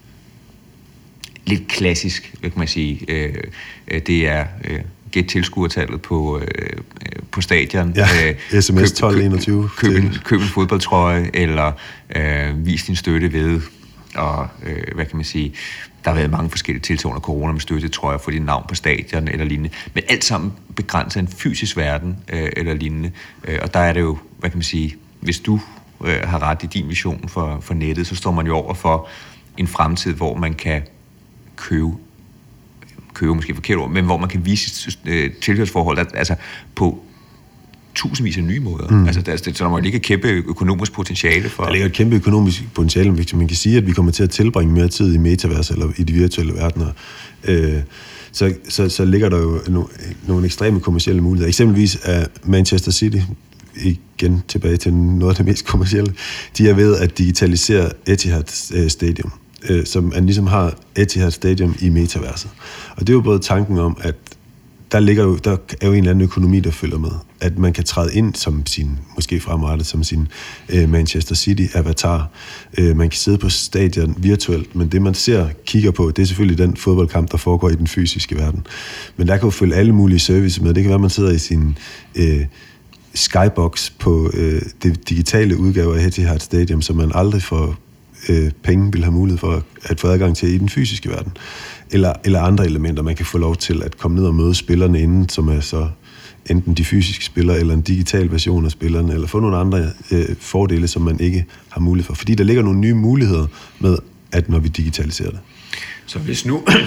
lidt klassisk, hvad kan man sige. Øh, det er øh, gæt tilskuertallet på, øh, på stadion. Ja, øh, sms tolv enogtyve. Køb, køb, køb, køb en fodboldtrøje, eller øh, vis din støtte ved, og øh, hvad kan man sige... Der har været mange forskellige tiltag under corona med støtte, tror jeg, for dit navn på stadion eller lignende. Men alt sammen begrænser en fysisk verden øh, eller lignende. Øh, og der er det jo, hvad kan man sige, hvis du øh, har ret i din vision for, for nettet, så står man jo over for en fremtid, hvor man kan købe, købe måske forkert ord, men hvor man kan vise øh, tilhørsforhold, altså på tusindvis af nye måder. Mm. Altså, der, så der må ligge et kæmpe økonomisk potentiale for... Der ligger et kæmpe økonomisk potentiale, hvis man kan sige, at vi kommer til at tilbringe mere tid i metavers eller i de virtuelle verdener. Øh, så, så, så ligger der jo no, nogle ekstreme kommercielle muligheder. Eksempelvis er Manchester City, igen tilbage til noget af det mest kommercielle, de er ved at digitalisere Etihad Stadium, øh, som man ligesom har Etihad Stadium i metaverset. Og det er jo både tanken om, at der ligger jo, der er jo en eller anden økonomi, der følger med. At man kan træde ind som sin, måske fremrettet som sin øh, Manchester City-avatar. Øh, man kan sidde på stadion virtuelt, men det man ser, kigger på, det er selvfølgelig den fodboldkamp, der foregår i den fysiske verden. Men der kan jo følge alle mulige services med. Det kan være, at man sidder i sin øh, skybox på øh, det digitale udgave af Etihad Stadium, som man aldrig får øh, penge vil have mulighed for at få adgang til i den fysiske verden. Eller, eller andre elementer, man kan få lov til at komme ned og møde spillerne inden, som er så enten de fysiske spillere, eller en digital version af spillerne, eller få nogle andre øh, fordele, som man ikke har mulighed for. Fordi der ligger nogle nye muligheder med, at når vi digitaliserer det. Så hvis nu... det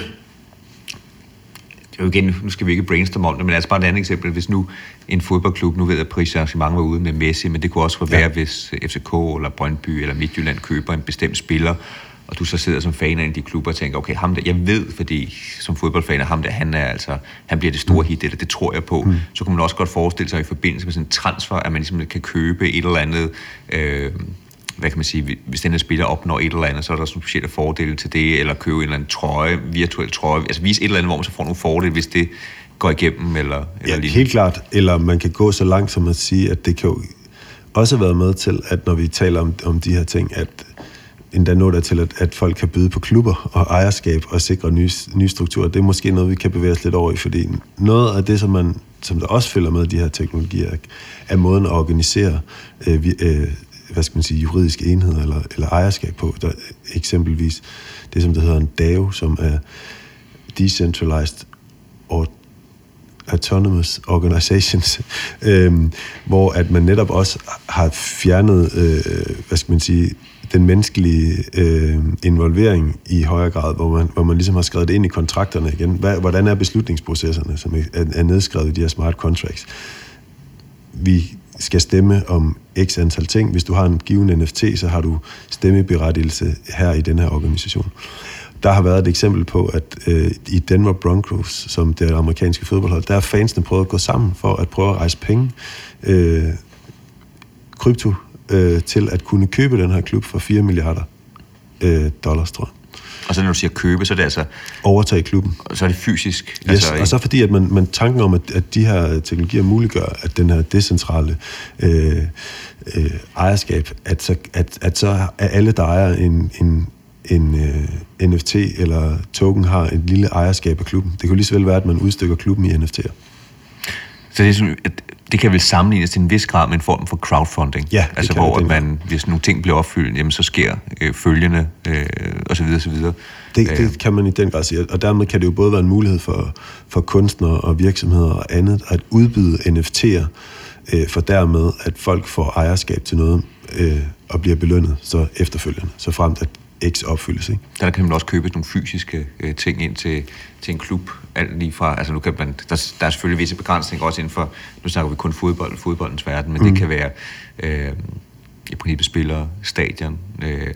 er jo igen, nu skal vi ikke brainstorme om det, men altså bare et andet eksempel. Hvis nu en fodboldklub, nu ved jeg, at Paris Saint-Germain var ude med Messi, men det kunne også være, ja. Hvis F C K eller Brøndby eller Midtjylland køber en bestemt spiller, og du så sidder som fan af en af de klubber og tænker, okay, ham der, jeg ved, fordi som fodboldfan af ham der, han er altså, han bliver det store hit, eller det tror jeg på, mm. så kan man også godt forestille sig i forbindelse med sådan en transfer, at man ligesom kan købe et eller andet, øh, hvad kan man sige, hvis den her spiller opnår et eller andet, så er der sådan specielle fordele til det, eller købe en eller anden trøje, virtuel trøje, altså vise et eller andet, hvor man så får nogle fordele, hvis det går igennem, eller, eller ja, lignende. Helt klart, eller man kan gå så langt som at sige, at det kan jo også have været med til, at når vi taler om, om de her ting, at endda nå der til, at, at folk kan byde på klubber og ejerskab og sikre nye, nye strukturer. Det er måske noget, vi kan bevæge os lidt over i, fordi noget af det, som, man, som der også følger med de her teknologier, er måden at organisere øh, øh, hvad skal man sige, juridiske enheder eller, eller ejerskab på. Der, eksempelvis det, som der hedder en D A O, som er Decentralized or Autonomous Organizations, øh, hvor at man netop også har fjernet, øh, hvad skal man sige, den menneskelige øh, involvering i højere grad, hvor man, hvor man ligesom har skrevet det ind i kontrakterne igen. Hvad, hvordan er beslutningsprocesserne, som er, er nedskrevet i de her smart contracts? Vi skal stemme om x antal ting. Hvis du har en given N F T, så har du stemmeberettigelse her i den her organisation. der har været et eksempel på, at øh, i Denver Broncos, som det amerikanske fodboldhold, der er fansene prøvet at gå sammen for at prøve at rejse penge, øh, krypto, øh, til at kunne købe den her klub for fire milliarder øh, dollars, tror jeg. Og så når du siger købe, så er det altså... Overtage klubben. Og så er det fysisk. Yes, altså, og så fordi, at man, man tanken om, at, at de her teknologier muliggør, at den her decentrale øh, øh, ejerskab, at så, at, at så er alle, der ejer en, en, en øh, N F T eller token, har et lille ejerskab af klubben. Det kan lige så vel være, at man udstykker klubben i N F T'er. Så det er sådan, at det kan vel sammenlignes til en vis grad med en form for crowdfunding. Ja, altså hvor at man, hvis nogle ting bliver opfyldt, jamen så sker øh, følgende øh, og så videre, så videre. Det, det kan man i den grad sige, og dermed kan det jo både være en mulighed for, for kunstnere og virksomheder og andet at udbyde N F T'er, øh, for dermed at folk får ejerskab til noget øh, og bliver belønnet så efterfølgende, så fremt at X opfyldes, ikke? Der kan man også købe nogle fysiske øh, ting ind til, til en klub, alt lige fra, altså nu kan man, der, der er selvfølgelig visse begrænsninger også inden for, nu snakker vi kun fodbold, fodboldens verden, men mm. det kan være øh, i princippet spillere, stadion, øh,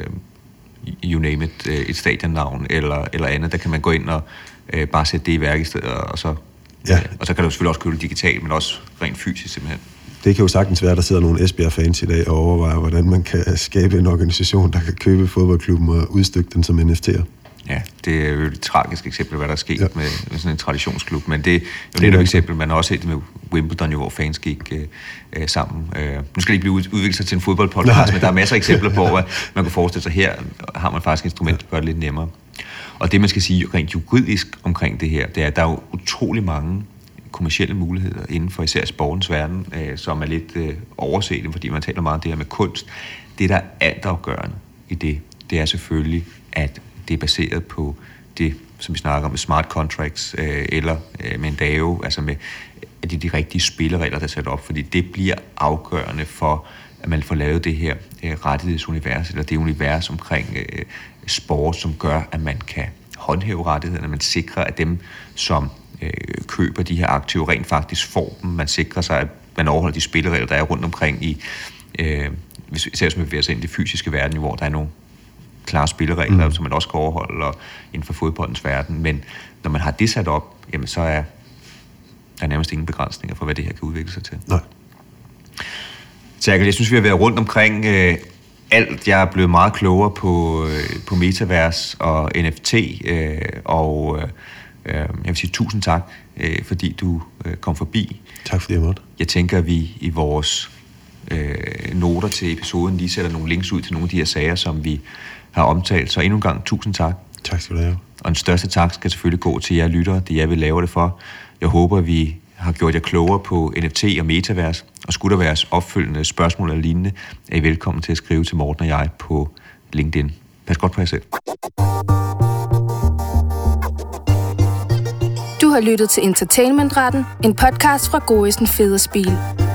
you name it, et stadionnavn eller, eller andet, der kan man gå ind og øh, bare sætte det i værk i stedet, og så, ja. øh, og så kan du selvfølgelig også købe det digitalt, men også rent fysisk simpelthen. Det kan jo sagtens være, at der sidder nogle Esbjerg-fans i dag og overvejer, hvordan man kan skabe en organisation, der kan købe fodboldklubben og udstykke den som N F T'er. Ja, det er jo et tragisk eksempel, hvad der er sket ja. med, med sådan en traditionsklub, men det er jo et af eksempel, man har også set med Wimbledon, jo, hvor fans gik øh, øh, sammen. Øh, nu skal det ikke blive udviklet sig til en fodboldpodcast, men der er masser af eksempler på, hvad man kan forestille sig. Her har man faktisk instrument, der gør det lidt nemmere. Og det, man skal sige rent juridisk omkring det her, det er, at der er jo utrolig mange kommercielle muligheder inden for især sportens verden, øh, som er lidt øh, overset, fordi man taler meget om det her med kunst. Det, der er altafgørende i det, det er selvfølgelig, at det er baseret på det, som vi snakker om med smart contracts, øh, eller øh, med en D A O, altså med at det er de rigtige spilleregler, der er sat op, fordi det bliver afgørende for, at man får lavet det her øh, rettighedsunivers, eller det univers omkring øh, sport, som gør, at man kan håndhæve rettighederne, man sikrer, at dem, som øh, køber de her aktiver, rent faktisk får dem, man sikrer sig, at man overholder de spilleregler, der er rundt omkring i, øh, især som vi bevæger sig ind i det fysiske verden, hvor der er nogle klare spilleregler, mm. som man også skal overholde og inden for fodboldens verden. Men når man har det sat op, jamen så er der nærmest ingen begrænsninger for, hvad det her kan udvikle sig til. Nej. Terkel, jeg synes, vi har været rundt omkring øh, alt. Jeg er blevet meget klogere på, øh, på Metavers og N F T, øh, og øh, jeg vil sige tusind tak, øh, fordi du øh, kom forbi. Tak fordi jeg måtte. Jeg tænker, at vi i vores øh, noter til episoden lige sætter nogle links ud til nogle af de her sager, som vi har omtalt. Så endnu en gang, tusind tak. Tak skal du have. Og den største tak skal selvfølgelig gå til jer lyttere, det jeg vil lave det for. Jeg håber, vi har gjort jer klogere på N F T og Metavers, og skulle der være opfølgende spørgsmål eller lignende, er I velkommen til at skrive til Morten og jeg på LinkedIn. Pas godt på jer selv. Du har lyttet til Entertainmentretten, en podcast fra Gorrissen Federspiel.